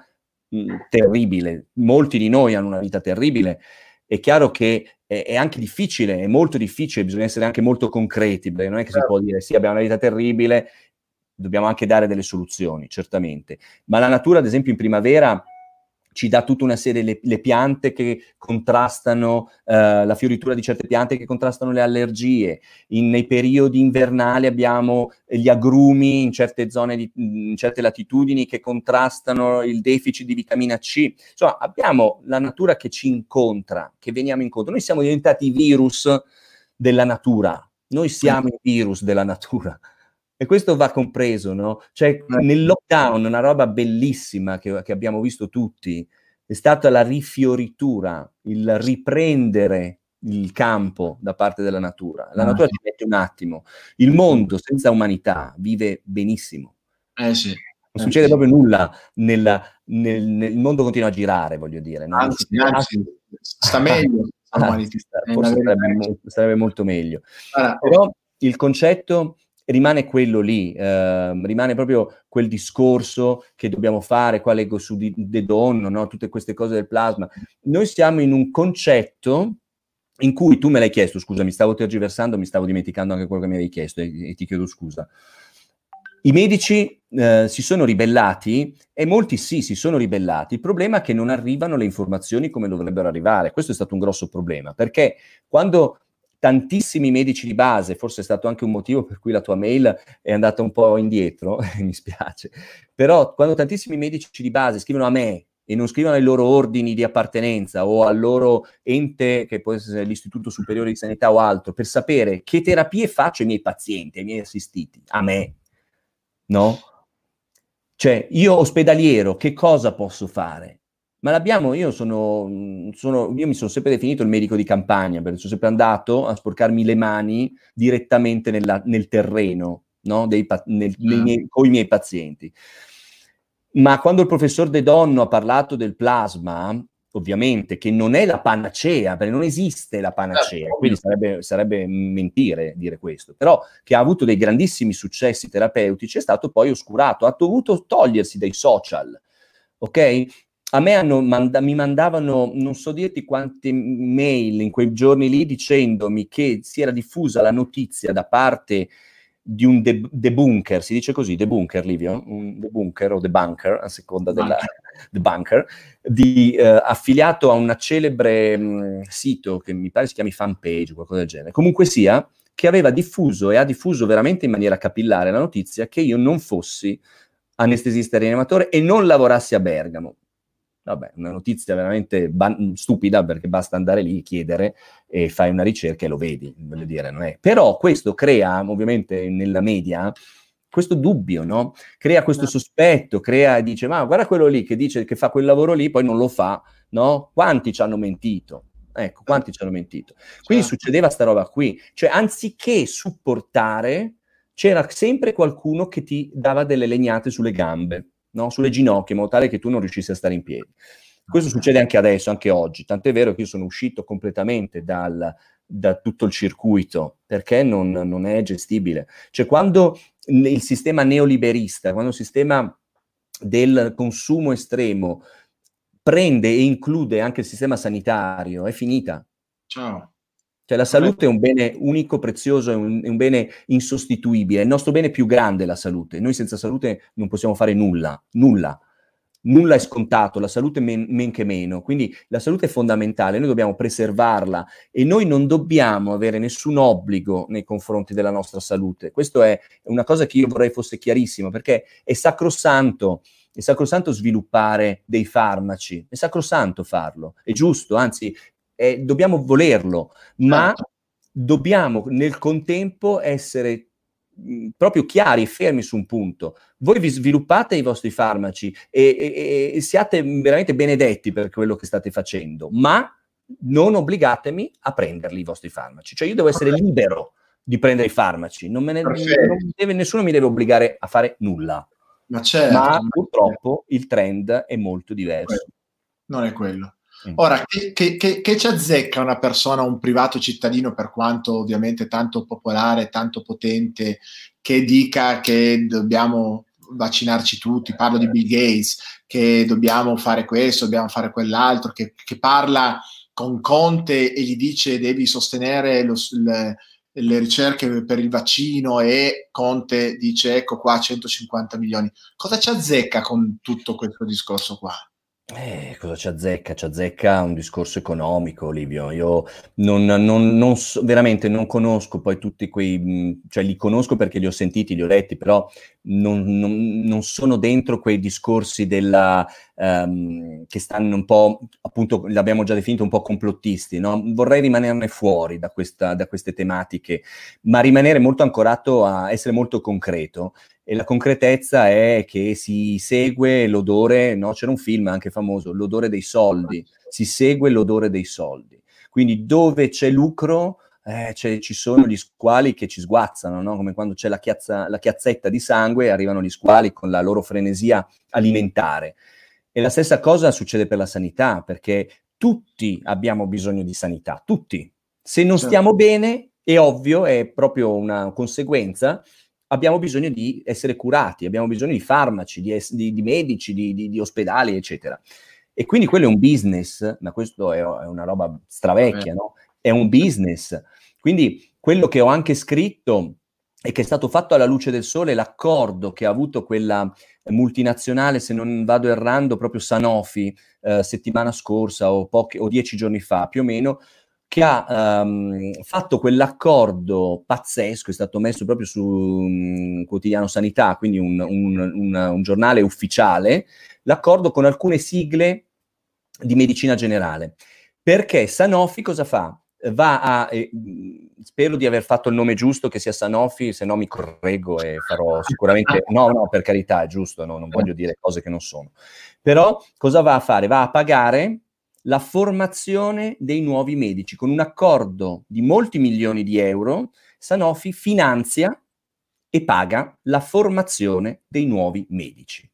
terribile. Molti di noi hanno una vita terribile. È chiaro che è, è anche difficile, è molto difficile, bisogna essere anche molto concreti, perché non è che si può dire sì, abbiamo una vita terribile, dobbiamo anche dare delle soluzioni, certamente. Ma la natura, ad esempio, in primavera ci dà tutta una serie, le, le piante che contrastano, eh, la fioritura di certe piante che contrastano le allergie. In, nei periodi invernali abbiamo gli agrumi in certe zone, di, in certe latitudini che contrastano il deficit di vitamina C. Insomma, abbiamo la natura che ci incontra, che veniamo incontro. Noi siamo diventati i virus della natura. Noi siamo i virus della natura. E questo va compreso, no? Cioè, nel lockdown, una roba bellissima che, che abbiamo visto tutti, è stata la rifioritura, il riprendere il campo da parte della natura. La natura ci mette un attimo. Il mondo senza umanità vive benissimo. Eh sì. Non succede proprio nulla, nel, nel, nel il mondo continua a girare, voglio dire. No? Anzi, anzi, sta meglio. Anzi, sta, forse sarebbe, mo- sarebbe molto meglio. Allora, però il concetto rimane quello lì, eh, rimane proprio quel discorso che dobbiamo fare, qua leggo su di, De Donno, no? Tutte queste cose del plasma. Noi siamo in un concetto in cui, tu me l'hai chiesto, scusa, mi stavo tergiversando, mi stavo dimenticando anche quello che mi avevi chiesto e, e ti chiedo scusa. I medici eh, si sono ribellati, e molti sì, si sono ribellati. Il problema è che non arrivano le informazioni come dovrebbero arrivare. Questo è stato un grosso problema, perché quando tantissimi medici di base, forse è stato anche un motivo per cui la tua mail è andata un po' indietro, mi spiace, però quando tantissimi medici di base scrivono a me e non scrivono ai loro ordini di appartenenza o al loro ente, che può essere l'Istituto Superiore di Sanità o altro, per sapere che terapie faccio ai miei pazienti, ai miei assistiti, a me, no? Cioè, io ospedaliero, che cosa posso fare? Ma l'abbiamo, io sono, sono, io mi sono sempre definito il medico di campagna, perché sono sempre andato a sporcarmi le mani direttamente nella, nel terreno, no? Dei, nel, nei miei, con i miei pazienti. Ma quando il professor De Donno ha parlato del plasma, ovviamente, che non è la panacea, perché non esiste la panacea, quindi sarebbe, sarebbe mentire dire questo, però che ha avuto dei grandissimi successi terapeutici, è stato poi oscurato, ha dovuto togliersi dai social, ok? A me hanno manda- mi mandavano, non so dirti quante mail in quei giorni lì, dicendomi che si era diffusa la notizia da parte di un de- debunker, si dice così, debunker, Livio? Un debunker o debunker, a seconda della... debunker, di, eh, affiliato a un celebre mh, sito che mi pare si chiami Fanpage, qualcosa del genere. Comunque sia, che aveva diffuso e ha diffuso veramente in maniera capillare la notizia che io non fossi anestesista rianimatore e non lavorassi a Bergamo. Vabbè, una notizia veramente ban- stupida, perché basta andare lì, chiedere e fai una ricerca e lo vedi, voglio dire, non è. Però questo crea, ovviamente, nella media, questo dubbio, no? Crea questo no. sospetto, crea, dice, ma guarda quello lì che dice che fa quel lavoro lì, poi non lo fa, no? Quanti ci hanno mentito? Ecco, quanti ci hanno mentito? Quindi certo. Succedeva sta roba qui. Cioè, anziché supportare, c'era sempre qualcuno che ti dava delle legnate sulle gambe, no? Sulle ginocchia, in modo tale che tu non riuscissi a stare in piedi. Questo okay. Succede anche adesso, anche oggi. Tant'è vero che io sono uscito completamente dal, da tutto il circuito, perché non, non è gestibile. Cioè, quando il sistema neoliberista, quando il sistema del consumo estremo prende e include anche il sistema sanitario, è finita. Ciao. Cioè, la salute è un bene unico, prezioso, è un, è un bene insostituibile, è il nostro bene più grande la salute. Noi senza salute non possiamo fare nulla, nulla. nulla è scontato, la salute men, men che meno, quindi la salute è fondamentale, noi dobbiamo preservarla e noi non dobbiamo avere nessun obbligo nei confronti della nostra salute. Questo è una cosa che io vorrei fosse chiarissima, perché è sacrosanto, è sacrosanto sviluppare dei farmaci, è sacrosanto farlo, è giusto, anzi eh, dobbiamo volerlo, ma Certo. dobbiamo nel contempo essere mh, proprio chiari e fermi su un punto. Voi vi sviluppate i vostri farmaci e, e, e siate veramente benedetti per quello che state facendo, ma non obbligatemi a prenderli i vostri farmaci. Cioè io devo essere Okay. libero di prendere i farmaci, non me ne, non Perfetto. deve, nessuno mi deve obbligare a fare nulla. Ma Ma certo, ma purtroppo il trend è molto diverso. non è quello. Mm. Ora, che, che, che, che ci azzecca una persona, un privato cittadino, per quanto ovviamente tanto popolare, tanto potente, che dica che dobbiamo vaccinarci tutti, parlo di Bill Gates, che dobbiamo fare questo, dobbiamo fare quell'altro, che, che parla con Conte e gli dice devi sostenere lo, le, le ricerche per il vaccino e Conte dice ecco qua centocinquanta milioni. Cosa ci azzecca con tutto questo discorso qua? Eh, cosa ci azzecca? Ci azzecca un discorso economico, Livio. Io non, non, non so, veramente non conosco poi tutti quei, mh, cioè li conosco perché li ho sentiti, li ho letti, però non, non, non sono dentro quei discorsi della, um, che stanno un po', appunto, l'abbiamo già definito, un po' complottisti, no? Vorrei rimanerne fuori da, questa, da queste tematiche, ma rimanere molto ancorato a essere molto concreto. E la concretezza è che si segue l'odore, no? C'era un film anche famoso, L'odore dei soldi, si segue l'odore dei soldi. Quindi dove c'è lucro, eh, c'è, ci sono gli squali che ci sguazzano, no? Come quando c'è la, chiazza, la chiazzetta di sangue, arrivano gli squali con la loro frenesia alimentare. E la stessa cosa succede per la sanità, perché tutti abbiamo bisogno di sanità, tutti. Se non Certo. stiamo bene, è ovvio, è proprio una conseguenza, abbiamo bisogno di essere curati, abbiamo bisogno di farmaci, di, es- di, di medici, di, di, di ospedali, eccetera. E quindi quello è un business, ma questo è, è una roba stravecchia, no? È un business. Quindi quello che ho anche scritto e che è stato fatto alla luce del sole, l'accordo che ha avuto quella multinazionale, se non vado errando, proprio Sanofi, eh, settimana scorsa o, pochi, o dieci giorni fa più o meno, che ha um, fatto quell'accordo pazzesco, è stato messo proprio su um, Quotidiano Sanità, quindi un, un, un, un giornale ufficiale, l'accordo con alcune sigle di medicina generale. Perché Sanofi cosa fa? Va a, eh, spero di aver fatto il nome giusto, che sia Sanofi, se no mi correggo e farò sicuramente, no, no, per carità, è giusto, no, non voglio dire cose che non sono. Però cosa va a fare? Va a pagare la formazione dei nuovi medici. Con un accordo di molti milioni di euro, Sanofi finanzia e paga la formazione dei nuovi medici.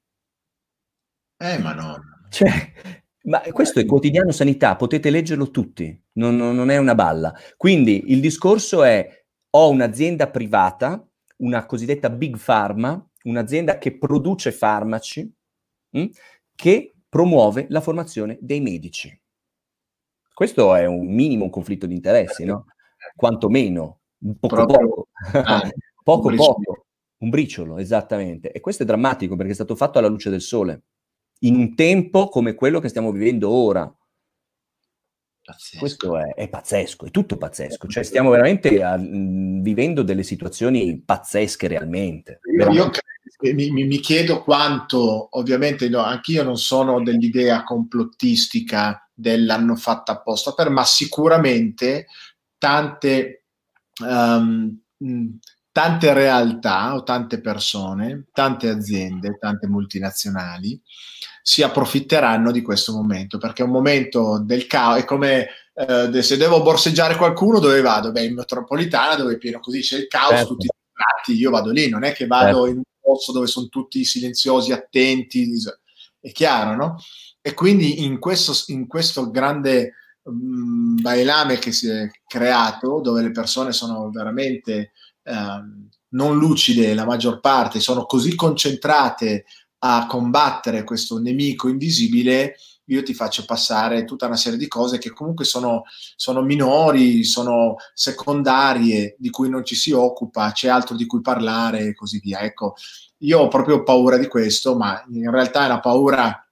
Eh, ma no. Cioè, ma questo è Quotidiano Sanità, potete leggerlo tutti, non, non, non è una balla. Quindi il discorso è, ho un'azienda privata, una cosiddetta Big Pharma, un'azienda che produce farmaci, mh, che promuove la formazione dei medici. Questo è un minimo un conflitto di interessi, no? Quanto meno, poco Proprio, poco, ah, poco un poco, un briciolo, esattamente. E questo è drammatico perché è stato fatto alla luce del sole, in un tempo come quello che stiamo vivendo ora. pazzesco. Questo è, è pazzesco, è tutto pazzesco. Cioè stiamo veramente a, mh, vivendo delle situazioni pazzesche realmente. Io, io mi, mi, chiedo quanto, ovviamente no, anch'io non sono dell'idea complottistica dell'hanno fatta apposta per, ma sicuramente tante, um, tante realtà o tante persone, tante aziende, tante multinazionali si approfitteranno di questo momento, perché è un momento del caos, è come eh, se devo borseggiare qualcuno dove vado? Beh, in metropolitana dove è pieno così, c'è il caos, certo. tutti i io vado lì, non è che vado certo. in un posto dove sono tutti silenziosi, attenti, è chiaro, no? E quindi in questo, in questo grande um, bailame che si è creato, dove le persone sono veramente um, non lucide, la maggior parte, sono così concentrate a combattere questo nemico invisibile, io ti faccio passare tutta una serie di cose che comunque sono, sono minori, sono secondarie, di cui non ci si occupa, c'è altro di cui parlare e così via. Ecco, io ho proprio paura di questo, ma in realtà è una paura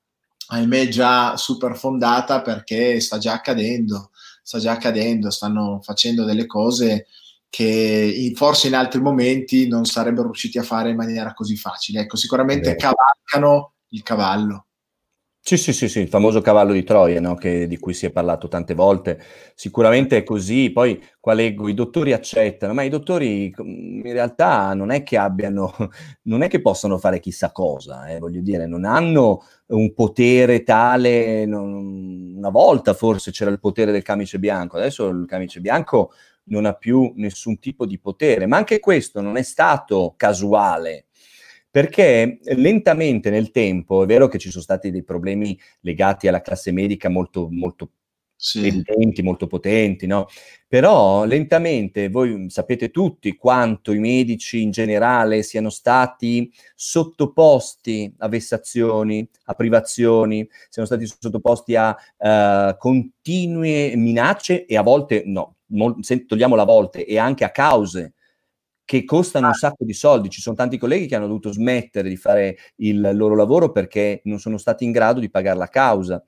ahimè, già super fondata, perché sta già accadendo, sta già accadendo, stanno facendo delle cose che in, forse in altri momenti non sarebbero riusciti a fare in maniera così facile. Ecco, sicuramente cavalcano il cavallo. Sì, sì, sì, sì, il famoso cavallo di Troia, no? Che, di cui si è parlato tante volte. Sicuramente è così. Poi qua leggo, i dottori accettano, ma i dottori in realtà non è che abbiano, non è che possano fare chissà cosa, eh, voglio dire, non hanno un potere tale, non, una volta forse c'era il potere del camice bianco, adesso il camice bianco non ha più nessun tipo di potere, ma anche questo non è stato casuale. Perché lentamente nel tempo, è vero che ci sono stati dei problemi legati alla classe medica molto, molto Sì. evidenti, molto potenti, no? Però lentamente voi sapete tutti quanto i medici in generale siano stati sottoposti a vessazioni, a privazioni, siano stati sottoposti a uh, continue minacce e a volte, no, mol- se togliamo la volte, e anche a cause che costano un sacco di soldi. Ci sono tanti colleghi che hanno dovuto smettere di fare il loro lavoro perché non sono stati in grado di pagare la causa.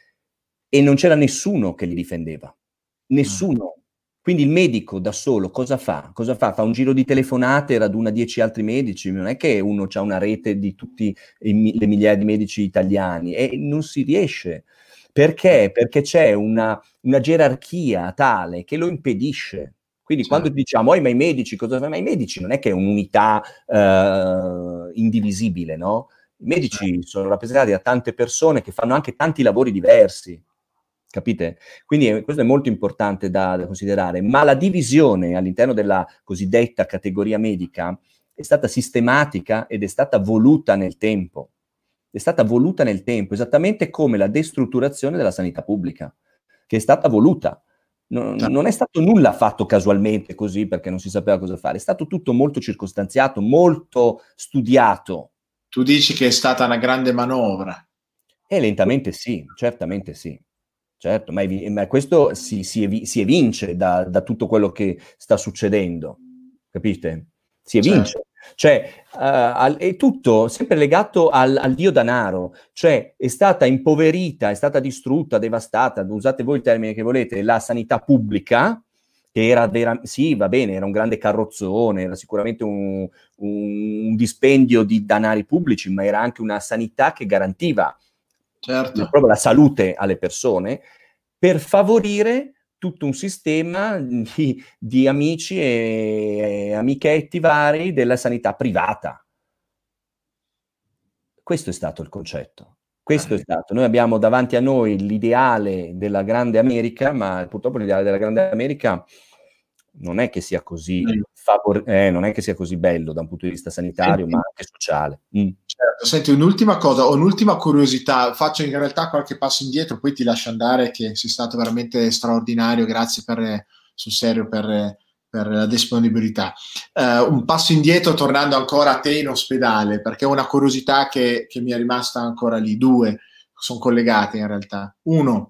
E non c'era nessuno che li difendeva. Nessuno. Quindi il medico da solo cosa fa? Cosa fa? Fa un giro di telefonate, raduna dieci altri medici. Non è che uno ha una rete di tutte le migliaia di medici italiani. E non si riesce. Perché? Perché c'è una, una gerarchia tale che lo impedisce. Quindi certo. Quando diciamo, oh, ma i medici, cosa fanno? Ma i medici non è che è un'unità uh, indivisibile, no? I medici certo. Sono rappresentati da tante persone che fanno anche tanti lavori diversi, capite? Quindi eh, questo è molto importante da, da considerare, ma la divisione all'interno della cosiddetta categoria medica è stata sistematica ed è stata voluta nel tempo. È stata voluta nel tempo, esattamente come la destrutturazione della sanità pubblica, che è stata voluta. Non, non è stato nulla fatto casualmente così perché non si sapeva cosa fare, è stato tutto molto circostanziato, molto studiato. Tu dici che è stata una grande manovra. E lentamente sì, certamente sì. Certo, ma, evi- ma questo si, si, evi- si evince da, da tutto quello che sta succedendo, capite? Si evince. Certo. Cioè, uh, al, è tutto sempre legato al, al dio danaro, cioè è stata impoverita, è stata distrutta, devastata, usate voi il termine che volete, la sanità pubblica, che era vera, sì, va bene, era un grande carrozzone, era sicuramente un, un dispendio di danari pubblici, ma era anche una sanità che garantiva certo. proprio la salute alle persone, per favorire tutto un sistema di, di amici e, e amichetti vari della sanità privata. Questo è stato il concetto. Questo è stato. Noi abbiamo davanti a noi l'ideale della grande America, ma purtroppo l'ideale della grande America non è che sia così favore- eh, non è che sia così bello da un punto di vista sanitario, Senti, ma anche sociale. Mm. Certo. Senti, un'ultima cosa, ho un'ultima curiosità, faccio in realtà qualche passo indietro, poi ti lascio andare, che sei stato veramente straordinario, grazie per, sul serio per, per la disponibilità. Uh, un passo indietro tornando ancora a te in ospedale, perché è una curiosità che, che mi è rimasta ancora lì, due sono collegate in realtà. Uno,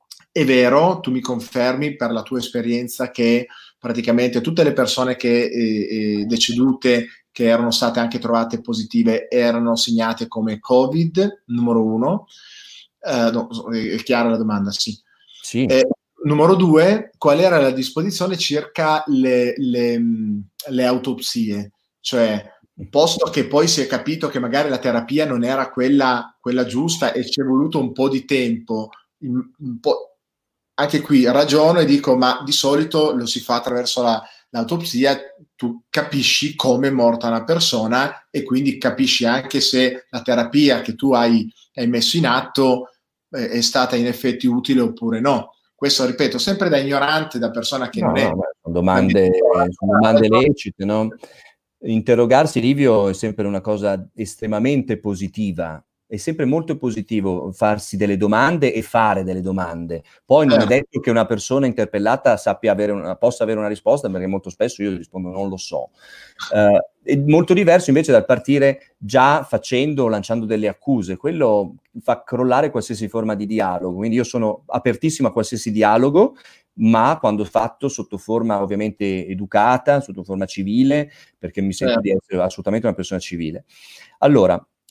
è vero, tu mi confermi per la tua esperienza che praticamente tutte le persone che eh, eh, decedute, che erano state anche trovate positive, erano segnate come Covid, numero uno. Uh, no, è chiara la domanda, sì. Sì. Eh, numero due, qual era la disposizione circa le, le, le autopsie? Cioè, posto che poi si è capito che magari la terapia non era quella, quella giusta e ci è voluto un po' di tempo, un po', anche qui ragiono e dico, ma di solito lo si fa attraverso la, l'autopsia, tu capisci come è morta una persona e quindi capisci anche se la terapia che tu hai, hai messo in atto eh, è stata in effetti utile oppure no. Questo, ripeto, sempre da ignorante, da persona che no, non è... No, sono domande, sono domande lecite, no? Interrogarsi, Livio, è sempre una cosa estremamente positiva. È sempre molto positivo farsi delle domande e fare delle domande. Poi non è detto che una persona interpellata sappia avere una, possa avere una risposta, perché molto spesso io rispondo non lo so. Uh, è molto diverso invece dal partire già facendo o lanciando delle accuse. Quello fa crollare qualsiasi forma di dialogo. Quindi io sono apertissimo a qualsiasi dialogo, ma quando fatto sotto forma ovviamente educata, sotto forma civile, perché mi sento di essere assolutamente una persona civile. Allora,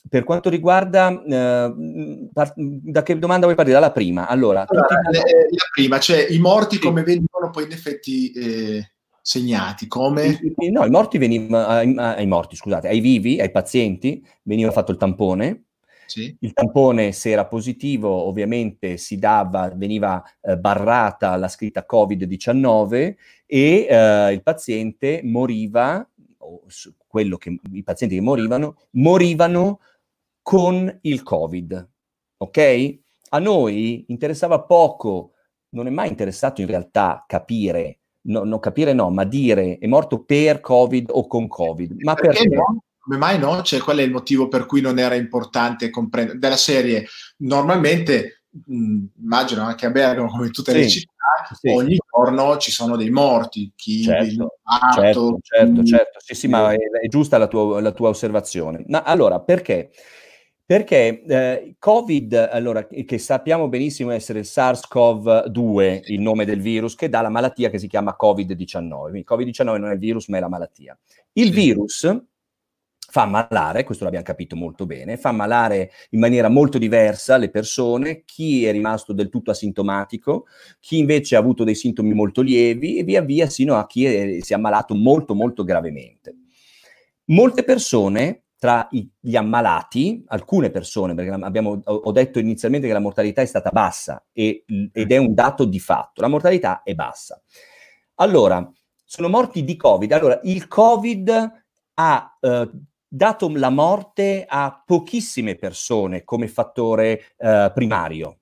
per quanto riguarda, eh, da che domanda vuoi partire? Dalla prima. Allora, allora tutti... la, la prima, cioè i morti sì. come venivano poi in effetti eh, segnati? Come? I, i, no, i morti venivano, ai, ai morti, scusate, ai vivi, ai pazienti, veniva fatto il tampone. Sì. Il tampone, se era positivo, ovviamente si dava, veniva eh, barrata la scritta covid diciannove e eh, il paziente moriva, o quello che, i pazienti che morivano, morivano con il Covid, ok? A noi interessava poco, non è mai interessato in realtà capire, no, no capire no, ma dire è morto per Covid o con Covid. Ma perché, perché? no? Come mai no? Cioè, qual è il motivo per cui non era importante comprendere? Della serie, normalmente, mh, immagino anche a Bergamo, come in tutte le Sì, città, sì. ogni giorno ci sono dei morti, chi Certo, certo, veniva certo, chi... certo. Sì, sì, ma è, è giusta la tua, la tua osservazione. Ma allora, perché? Perché eh, Covid, allora, che sappiamo benissimo essere il SARS-CoV due, il nome del virus, che dà la malattia che si chiama covid diciannove. Quindi covid diciannove non è il virus, ma è la malattia. Il Sì. virus fa ammalare, questo l'abbiamo capito molto bene, fa ammalare in maniera molto diversa le persone, chi è rimasto del tutto asintomatico, chi invece ha avuto dei sintomi molto lievi e via via sino a chi è, si è ammalato molto molto gravemente. Molte persone tra i, gli ammalati, alcune persone, perché abbiamo, ho detto inizialmente che la mortalità è stata bassa e, ed è un dato di fatto, la mortalità è bassa. Allora, sono morti di Covid. Allora, il Covid ha eh, dato la morte a pochissime persone come fattore eh, primario.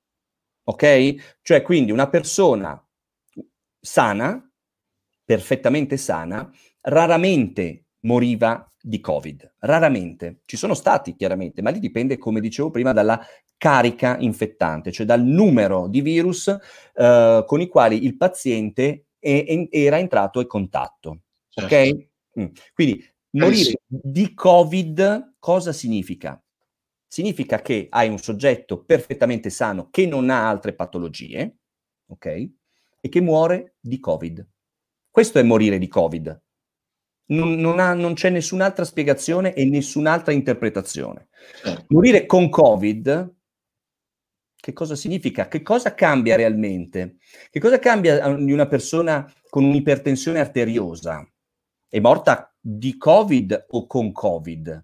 Ok? Cioè, quindi una persona sana, perfettamente sana, raramente moriva di Covid. Raramente. Ci sono stati, chiaramente, ma lì dipende, come dicevo prima, dalla carica infettante, cioè dal numero di virus eh, con i quali il paziente è, è, era entrato in contatto. Certo. Ok? Mm. Quindi morire di Covid cosa significa? Significa che hai un soggetto perfettamente sano che non ha altre patologie, ok? E che muore di Covid. Questo è morire di Covid. Non, non, ha, non c'è nessun'altra spiegazione e nessun'altra interpretazione. Certo. Morire con Covid, che cosa significa? Che cosa cambia realmente? Che cosa cambia di una persona con un'ipertensione arteriosa? È morta di Covid o con Covid?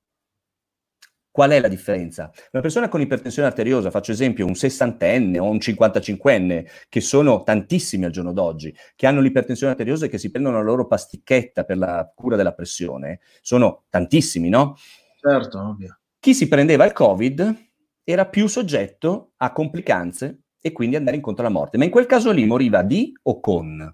Qual è la differenza? Una persona con ipertensione arteriosa, faccio esempio un sessantenne o un cinquantacinquenne, che sono tantissimi al giorno d'oggi, che hanno l'ipertensione arteriosa e che si prendono la loro pasticchetta per la cura della pressione, sono tantissimi, no? Certo, ovvio. Chi si prendeva il Covid era più soggetto a complicanze e quindi andare incontro alla morte, ma in quel caso lì moriva di o con?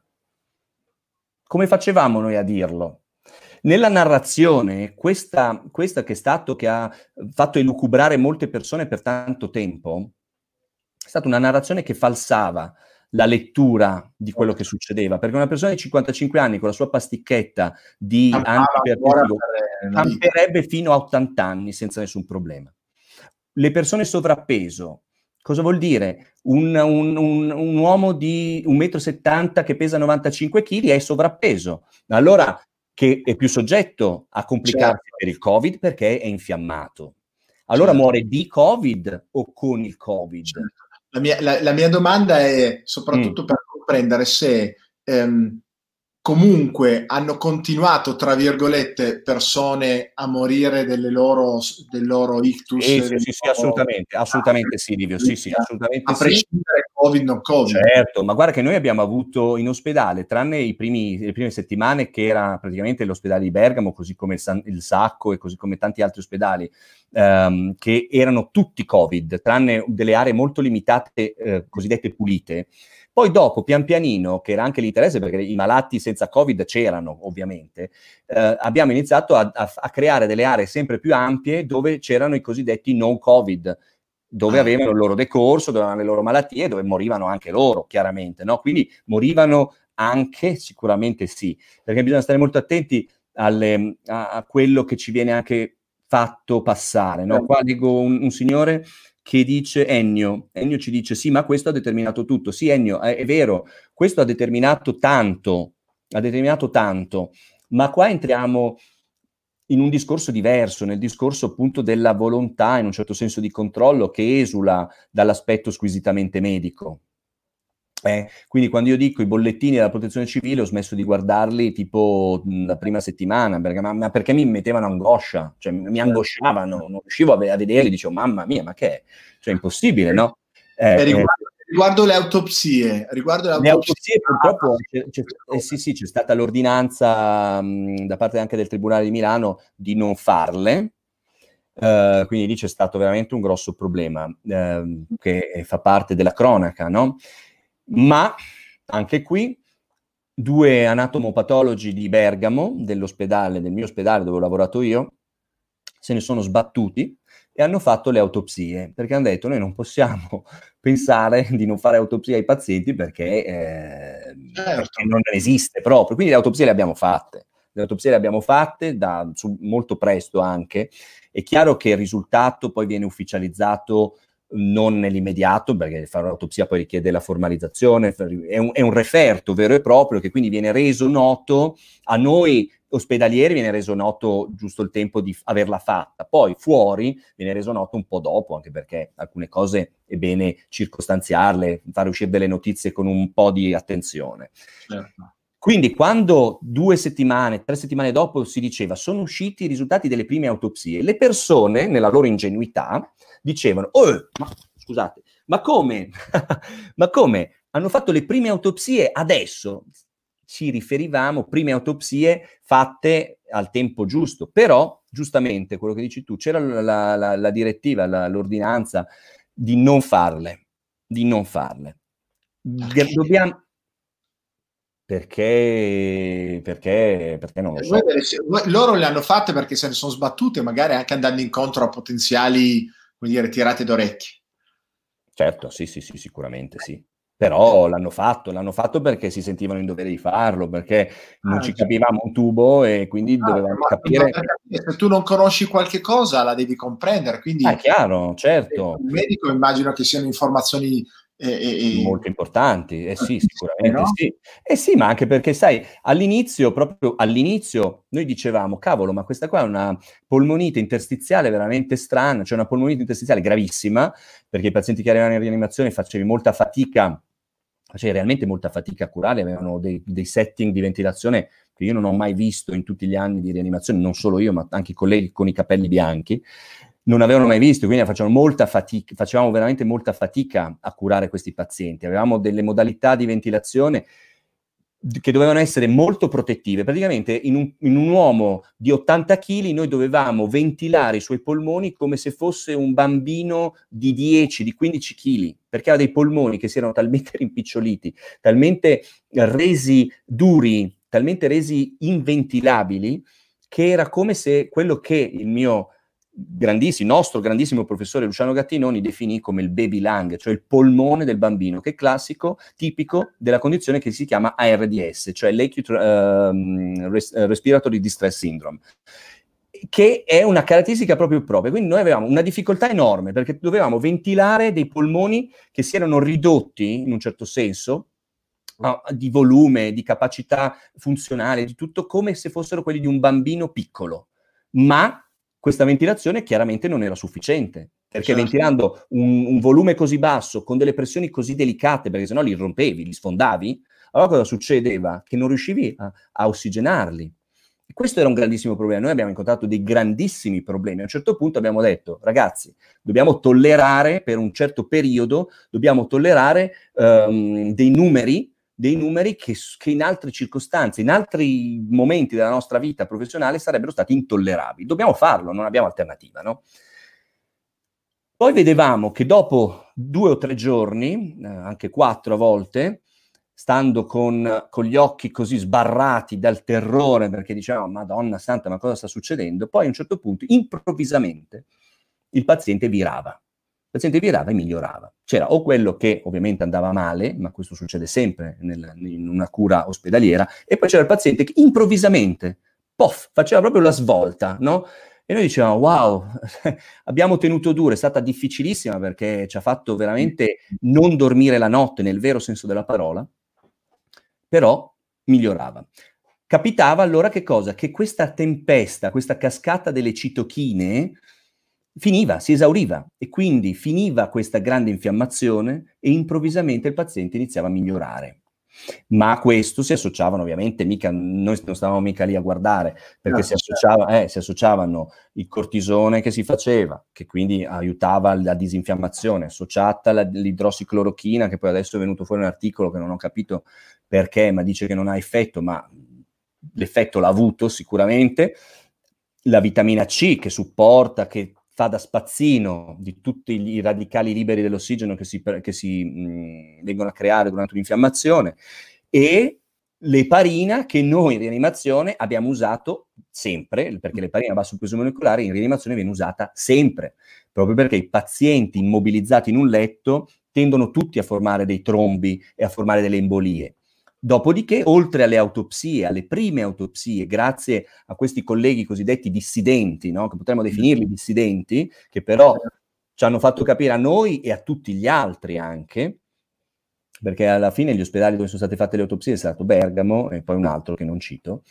Come facevamo noi a dirlo? Nella narrazione, questa, questa che è stato, che ha fatto elucubrare molte persone per tanto tempo, è stata una narrazione che falsava la lettura di quello che succedeva, perché una persona di cinquantacinque anni con la sua pasticchetta di antiipertensivo camperebbe fino a ottanta anni senza nessun problema. Le persone sovrappeso, cosa vuol dire? Un, un, un, un uomo di un metro e settanta che pesa novantacinque chili è sovrappeso. Allora, che è più soggetto a complicarsi certo. per il Covid perché è infiammato. Allora certo. muore di Covid o con il Covid? Certo. La, mia, la, la mia domanda è soprattutto mm. per comprendere se ehm, comunque hanno continuato, tra virgolette, persone a morire delle loro, del loro ictus. Sì, sì, sì, sì, assolutamente, assolutamente sì, Livio, sì, sì, assolutamente a prescindere sì. Covid non Covid. Certo, ma guarda che noi abbiamo avuto in ospedale, tranne i primi, le prime settimane che era praticamente l'ospedale di Bergamo, così come il, San, il Sacco e così come tanti altri ospedali, ehm, che erano tutti Covid, tranne delle aree molto limitate, eh, cosiddette pulite. Poi dopo, pian pianino, che era anche l'interesse, perché i malati senza Covid c'erano, ovviamente, eh, abbiamo iniziato a, a, a creare delle aree sempre più ampie dove c'erano i cosiddetti non Covid, dove ah. avevano il loro decorso, dove avevano le loro malattie, dove morivano anche loro, chiaramente, no? Quindi morivano anche, sicuramente sì, perché bisogna stare molto attenti alle, a, a quello che ci viene anche fatto passare, no? Qua leggo un, un signore che dice, Ennio, Ennio ci dice, sì, ma questo ha determinato tutto. Sì, Ennio, è, è vero, questo ha determinato tanto, ha determinato tanto, ma qua entriamo in un discorso diverso, nel discorso appunto della volontà, in un certo senso di controllo, che esula dall'aspetto squisitamente medico. Eh, quindi quando io dico i bollettini della protezione civile ho smesso di guardarli tipo la prima settimana, perché, ma, ma perché mi mettevano angoscia, cioè mi angosciavano, non riuscivo a, a vederli, dicevo mamma mia, ma che è? Cioè impossibile, no? Eh, eh, riguardo, eh, riguardo le autopsie, riguardo le autopsie, le autopsie ah, purtroppo c'è, c'è, eh, sì, sì, c'è stata l'ordinanza mh, da parte anche del Tribunale di Milano di non farle. Uh, quindi lì c'è stato veramente un grosso problema uh, che fa parte della cronaca, no? Ma anche qui due anatomopatologi di Bergamo, dell'ospedale, del mio ospedale dove ho lavorato io, se ne sono sbattuti e hanno fatto le autopsie, perché hanno detto noi non possiamo pensare di non fare autopsie ai pazienti perché, eh, certo. perché non esiste proprio. Quindi le autopsie le abbiamo fatte. Le autopsie le abbiamo fatte da, su, molto presto anche. È chiaro che il risultato poi viene ufficializzato non nell'immediato, perché fare un'autopsia poi richiede la formalizzazione, è un, è un referto vero e proprio che quindi viene reso noto a noi ospedalieri, viene reso noto giusto il tempo di averla fatta, poi fuori viene reso noto un po' dopo, anche perché alcune cose è bene circostanziarle, fare uscire delle notizie con un po' di attenzione. Certo. Quindi quando due settimane, tre settimane dopo si diceva sono usciti i risultati delle prime autopsie, le persone, nella loro ingenuità, dicevano, oh, ma scusate, ma come? ma come? Hanno fatto le prime autopsie adesso? Ci riferivamo, prime autopsie fatte al tempo giusto, però, giustamente, quello che dici tu, c'era la, la, la, la direttiva, la, l'ordinanza di non farle, di non farle. Okay. Dobbiamo... Perché, perché, perché non lo so. Loro le hanno fatte perché se ne sono sbattute, magari anche andando incontro a potenziali, come dire, tirate d'orecchie. Certo, sì, sì, sì, sicuramente sì. Però l'hanno fatto, l'hanno fatto perché si sentivano in dovere di farlo, perché non ah, ci capivamo un tubo e quindi ah, dovevamo ma, capire... Ma se tu non conosci qualche cosa la devi comprendere, quindi... Ah, è chiaro, certo. Il medico immagino che siano informazioni... Eh, eh, molto importanti, eh sì, sicuramente no? sì. Eh sì, ma anche perché, sai, all'inizio, proprio all'inizio, noi dicevamo, cavolo, ma questa qua è una polmonite interstiziale veramente strana, cioè una polmonite interstiziale gravissima, perché i pazienti che arrivavano in rianimazione facevi molta fatica, facevi realmente molta fatica a curare, avevano dei, dei setting di ventilazione che io non ho mai visto in tutti gli anni di rianimazione, non solo io, ma anche i colleghi con i capelli bianchi, non avevano mai visto, quindi facevamo molta fatica, facevamo veramente molta fatica a curare questi pazienti. Avevamo delle modalità di ventilazione che dovevano essere molto protettive. Praticamente in un, in un uomo di ottanta chili noi dovevamo ventilare i suoi polmoni come se fosse un bambino di dieci, di quindici chili, perché aveva dei polmoni che si erano talmente rimpiccioliti, talmente resi duri, talmente resi inventilabili, che era come se quello che il mio grandissimo, nostro grandissimo professore Luciano Gattinoni definì come il baby lung, cioè il polmone del bambino, che è classico, tipico della condizione che si chiama A R D S, cioè l'Acute uh, Respiratory Distress Syndrome, che è una caratteristica proprio propria. Quindi noi avevamo una difficoltà enorme, perché dovevamo ventilare dei polmoni che si erano ridotti, in un certo senso, di volume, di capacità funzionale, di tutto, come se fossero quelli di un bambino piccolo, ma questa ventilazione chiaramente non era sufficiente, perché certo. ventilando un, un volume così basso, con delle pressioni così delicate, perché sennò li rompevi, li sfondavi, allora cosa succedeva? Che non riuscivi a, a ossigenarli. E questo era un grandissimo problema. Noi abbiamo incontrato dei grandissimi problemi. A un certo punto abbiamo detto, ragazzi, dobbiamo tollerare per un certo periodo, dobbiamo tollerare um, dei numeri, dei numeri che, che in altre circostanze, in altri momenti della nostra vita professionale sarebbero stati intollerabili. Dobbiamo farlo, non abbiamo alternativa, no? Poi vedevamo che dopo due o tre giorni, eh, anche quattro a volte, stando con, con gli occhi così sbarrati dal terrore, perché dicevamo, Madonna Santa, ma cosa sta succedendo? Poi a un certo punto, improvvisamente, il paziente virava. Il paziente virava e migliorava. C'era o quello che ovviamente andava male, ma questo succede sempre nel, in una cura ospedaliera, e poi c'era il paziente che improvvisamente, pof, faceva proprio la svolta, no? E noi dicevamo, wow, abbiamo tenuto duro, è stata difficilissima perché ci ha fatto veramente non dormire la notte, nel vero senso della parola, però migliorava. capitava allora che cosa? Che questa tempesta, questa cascata delle citochine finiva, si esauriva e quindi finiva questa grande infiammazione e improvvisamente il paziente iniziava a migliorare. Ma a questo si associavano ovviamente, mica, noi non stavamo mica lì a guardare, perché si, associava, eh, si associavano il cortisone che si faceva, che quindi aiutava la disinfiammazione, associata all'idrossiclorochina, che poi adesso è venuto fuori un articolo che non ho capito perché, ma dice che non ha effetto, ma l'effetto l'ha avuto sicuramente, la vitamina C che supporta, che fa da spazzino di tutti i radicali liberi dell'ossigeno che si, che si mh, vengono a creare durante un'infiammazione, e l'eparina che noi in rianimazione abbiamo usato sempre, perché l'eparina a basso peso molecolare in rianimazione viene usata sempre, proprio perché i pazienti immobilizzati in un letto tendono tutti a formare dei trombi e a formare delle embolie. Dopodiché, oltre alle autopsie, alle prime autopsie, grazie a questi colleghi cosiddetti dissidenti, no? Che potremmo definirli dissidenti, che però ci hanno fatto capire a noi e a tutti gli altri anche, perché alla fine gli ospedali dove sono state fatte le autopsie è stato Bergamo e poi un altro che non cito,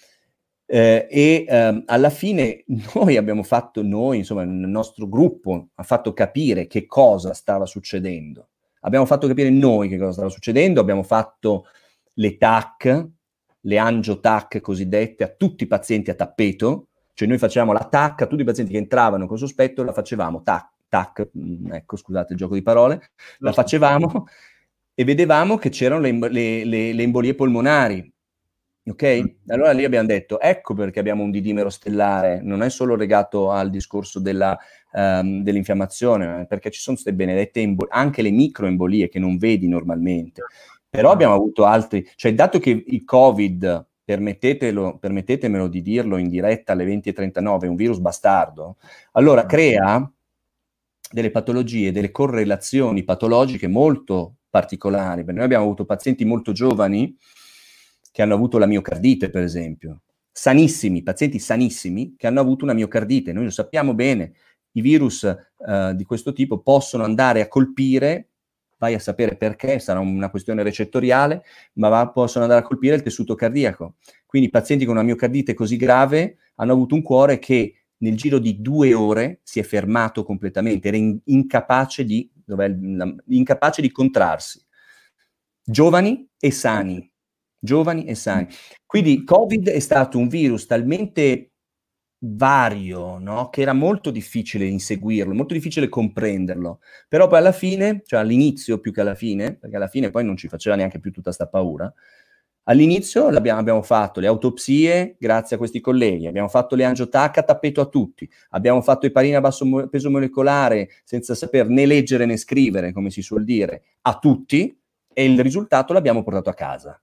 eh, e eh, alla fine noi abbiamo fatto, noi, insomma, il nostro gruppo ha fatto capire che cosa stava succedendo. Abbiamo fatto capire noi che cosa stava succedendo, abbiamo fatto le T A C, le angio-T A C cosiddette, a tutti i pazienti a tappeto, cioè noi facevamo la T A C a tutti i pazienti che entravano con sospetto, la facevamo T A C, T A C, ecco scusate il gioco di parole, la facevamo e vedevamo che c'erano le, le, le, le embolie polmonari, ok? Allora lì abbiamo detto, ecco perché abbiamo un didimero stellare, non è solo legato al discorso della, um, dell'infiammazione, perché ci sono queste benedette embolie, anche le microembolie che non vedi normalmente. Però abbiamo avuto altri, cioè dato che il Covid, permettetelo, permettetemelo di dirlo in diretta alle venti e trentanove, è un virus bastardo, allora crea delle patologie, delle correlazioni patologiche molto particolari, perché noi abbiamo avuto pazienti molto giovani che hanno avuto la miocardite, per esempio, sanissimi, pazienti sanissimi che hanno avuto una miocardite, noi lo sappiamo bene, i virus uh, di questo tipo possono andare a colpire, vai a sapere perché, sarà una questione recettoriale, ma va, possono andare a colpire il tessuto cardiaco. Quindi pazienti con una miocardite così grave hanno avuto un cuore che nel giro di due ore si è fermato completamente, era in, incapace, di, dov'è, incapace di contrarsi. Giovani e sani, giovani e sani. Quindi Covid è stato un virus talmente vario, no? Che era molto difficile inseguirlo, molto difficile comprenderlo, però poi alla fine, cioè all'inizio più che alla fine, perché alla fine poi non ci faceva neanche più tutta sta paura, all'inizio l'abbiamo, abbiamo fatto le autopsie grazie a questi colleghi, abbiamo fatto le angio-T A C a tappeto a tutti, abbiamo fatto eparina a basso mo- peso molecolare senza saper né leggere né scrivere, come si suol dire, a tutti, e il risultato l'abbiamo portato a casa.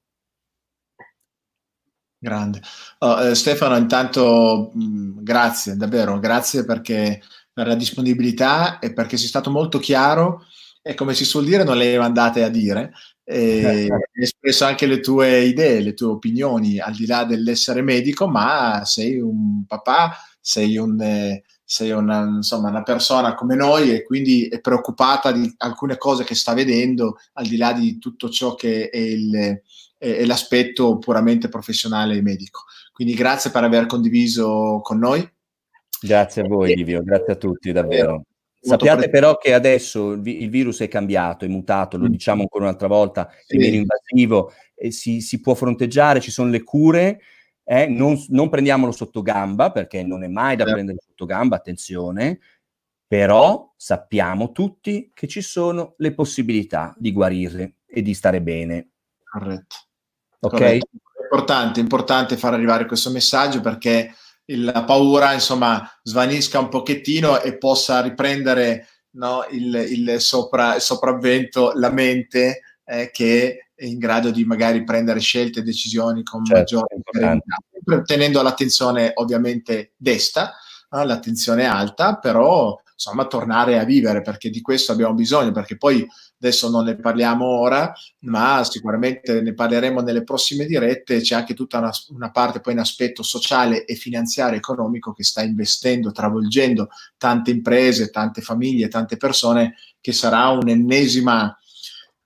Grande. Oh, eh, Stefano, intanto mh, grazie, davvero, grazie perché, per la disponibilità e perché sei stato molto chiaro e come si suol dire non le hai mandate a dire, e hai espresso anche le tue idee, le tue opinioni al di là dell'essere medico, ma sei un papà, sei, un, eh, sei una, insomma, una persona come noi e quindi è preoccupata di alcune cose che sta vedendo al di là di tutto ciò che è il e l'aspetto puramente professionale e medico. Quindi grazie per aver condiviso con noi. Grazie a voi, Livio, grazie a tutti, davvero. pre- Sappiate però che adesso il, vi- il virus è cambiato, è mutato, lo diciamo ancora un'altra volta, sì. è meno invasivo, e si, si può fronteggiare, ci sono le cure, eh, non, non prendiamolo sotto gamba, perché non è mai da Certo. prendere sotto gamba, attenzione, però sappiamo tutti che ci sono le possibilità di guarire e di stare bene. Corretto. Ok? Corretto. È importante, è importante far arrivare questo messaggio perché il, la paura, insomma, svanisca un pochettino e possa riprendere, no, il, il, sopra, il sopravvento, la mente eh, che è in grado di magari prendere scelte e decisioni con Certo, maggiore serenità, tenendo l'attenzione ovviamente desta, no, l'attenzione alta, però insomma tornare a vivere, perché di questo abbiamo bisogno, perché poi adesso non ne parliamo ora, ma sicuramente ne parleremo nelle prossime dirette. C'è anche tutta una, una parte poi in aspetto sociale e finanziario economico che sta investendo, travolgendo tante imprese, tante famiglie, tante persone, che sarà un'ennesima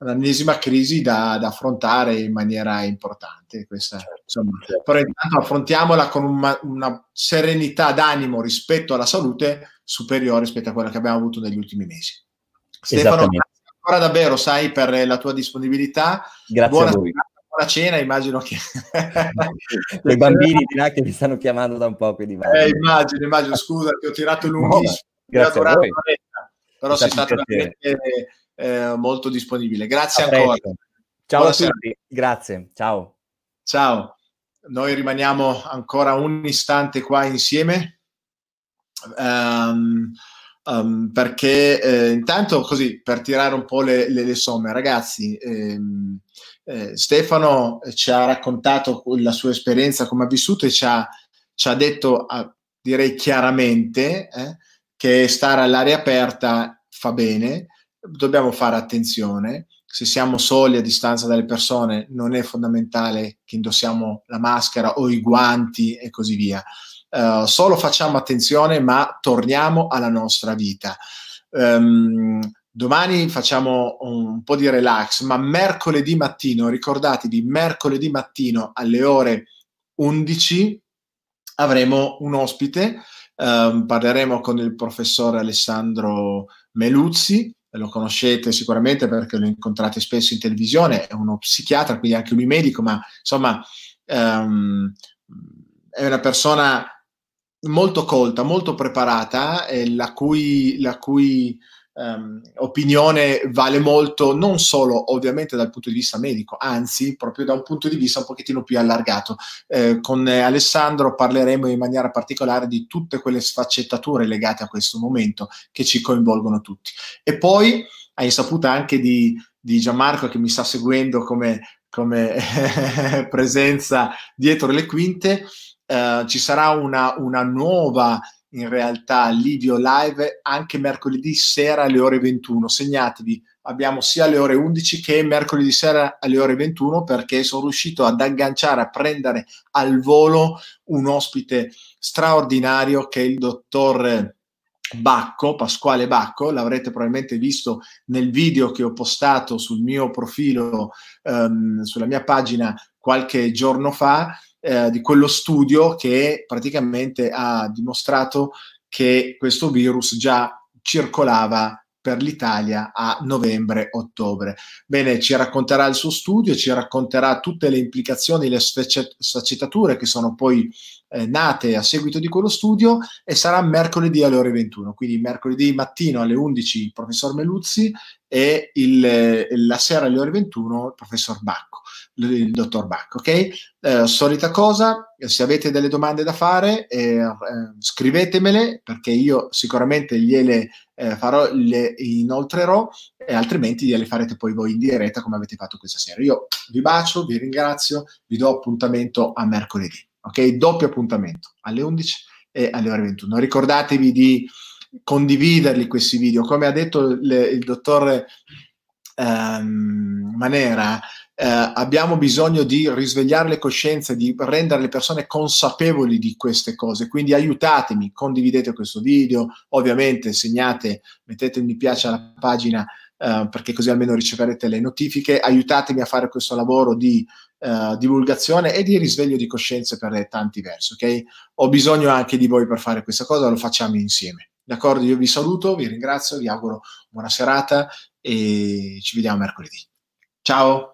un'ennesima crisi da, da affrontare in maniera importante. Questa, insomma, però intanto affrontiamola con una, una serenità d'animo rispetto alla salute superiore rispetto a quella che abbiamo avuto negli ultimi mesi. Stefano, grazie ancora davvero, sai, per la tua disponibilità. Grazie buona, a voi. Buona cena, immagino che... I bambini di là che mi stanno chiamando da un po'. Quindi eh, immagino, immagino, scusa, ti ho tirato lunghissimo. No, grazie a voi. Però sei stato veramente eh, molto disponibile. Grazie a ancora. Ciao Buonasera. a tutti, grazie, ciao. Ciao. Noi rimaniamo ancora un istante qua insieme. Um, um, perché eh, intanto così per tirare un po' le, le, le somme, ragazzi, ehm, eh, Stefano ci ha raccontato la sua esperienza, come ha vissuto, e ci ha, ci ha detto, ah, direi chiaramente, eh, che stare all'aria aperta fa bene, dobbiamo fare attenzione. Se siamo soli a distanza dalle persone non è fondamentale che indossiamo la maschera o i guanti e così via. Uh, solo facciamo attenzione, ma torniamo alla nostra vita. Um, domani facciamo un po' di relax, ma mercoledì mattino, ricordatevi, mercoledì mattino alle ore undici avremo un ospite, um, parleremo con il professor Alessandro Meluzzi. Lo conoscete sicuramente perché lo incontrate spesso in televisione, è uno psichiatra, quindi anche lui medico, ma insomma um, è una persona molto colta, molto preparata, eh, la cui, la cui um, opinione vale molto, non solo ovviamente dal punto di vista medico, anzi proprio da un punto di vista un pochettino più allargato. Eh, con eh, Alessandro parleremo in maniera particolare di tutte quelle sfaccettature legate a questo momento che ci coinvolgono tutti. E poi hai saputo anche di, di Gianmarco, che mi sta seguendo come, come presenza dietro le quinte. Uh, ci sarà una, una nuova, in realtà, Livio Live anche mercoledì sera alle ore ventuno. Segnatevi, abbiamo sia alle ore undici che mercoledì sera alle ore ventuno, perché sono riuscito ad agganciare, a prendere al volo un ospite straordinario che è il dottor Bacco, Pasquale Bacco. L'avrete probabilmente visto nel video che ho postato sul mio profilo, um, sulla mia pagina qualche giorno fa, eh, di quello studio che praticamente ha dimostrato che questo virus già circolava per l'Italia a novembre-ottobre. Bene, ci racconterà il suo studio, ci racconterà tutte le implicazioni, le sfaccettature che sono poi eh, nate a seguito di quello studio, e sarà mercoledì alle ore ventuno, quindi mercoledì mattino alle undici il professor Meluzzi e il, la sera alle ore ventuno il professor Bacco, il dottor Bacco, ok? Eh, solita cosa, se avete delle domande da fare, eh, eh, scrivetemele, perché io sicuramente gliele eh, farò, le inoltrerò, e altrimenti gliele farete poi voi in diretta come avete fatto questa sera. Io vi bacio, vi ringrazio, vi do appuntamento a mercoledì, ok? Doppio appuntamento alle undici e alle ore ventuno. Ricordatevi di condividerli questi video, come ha detto le, il dottor ehm, Manera. Eh, abbiamo bisogno di risvegliare le coscienze, di rendere le persone consapevoli di queste cose, quindi aiutatemi, condividete questo video, ovviamente segnate, mettete il mi piace alla pagina, eh, perché così almeno riceverete le notifiche. Aiutatemi a fare questo lavoro di eh, divulgazione e di risveglio di coscienze per tanti versi, ok? Ho bisogno anche di voi per fare questa cosa, lo facciamo insieme, d'accordo? Io vi saluto, vi ringrazio, vi auguro buona serata e ci vediamo mercoledì. Ciao!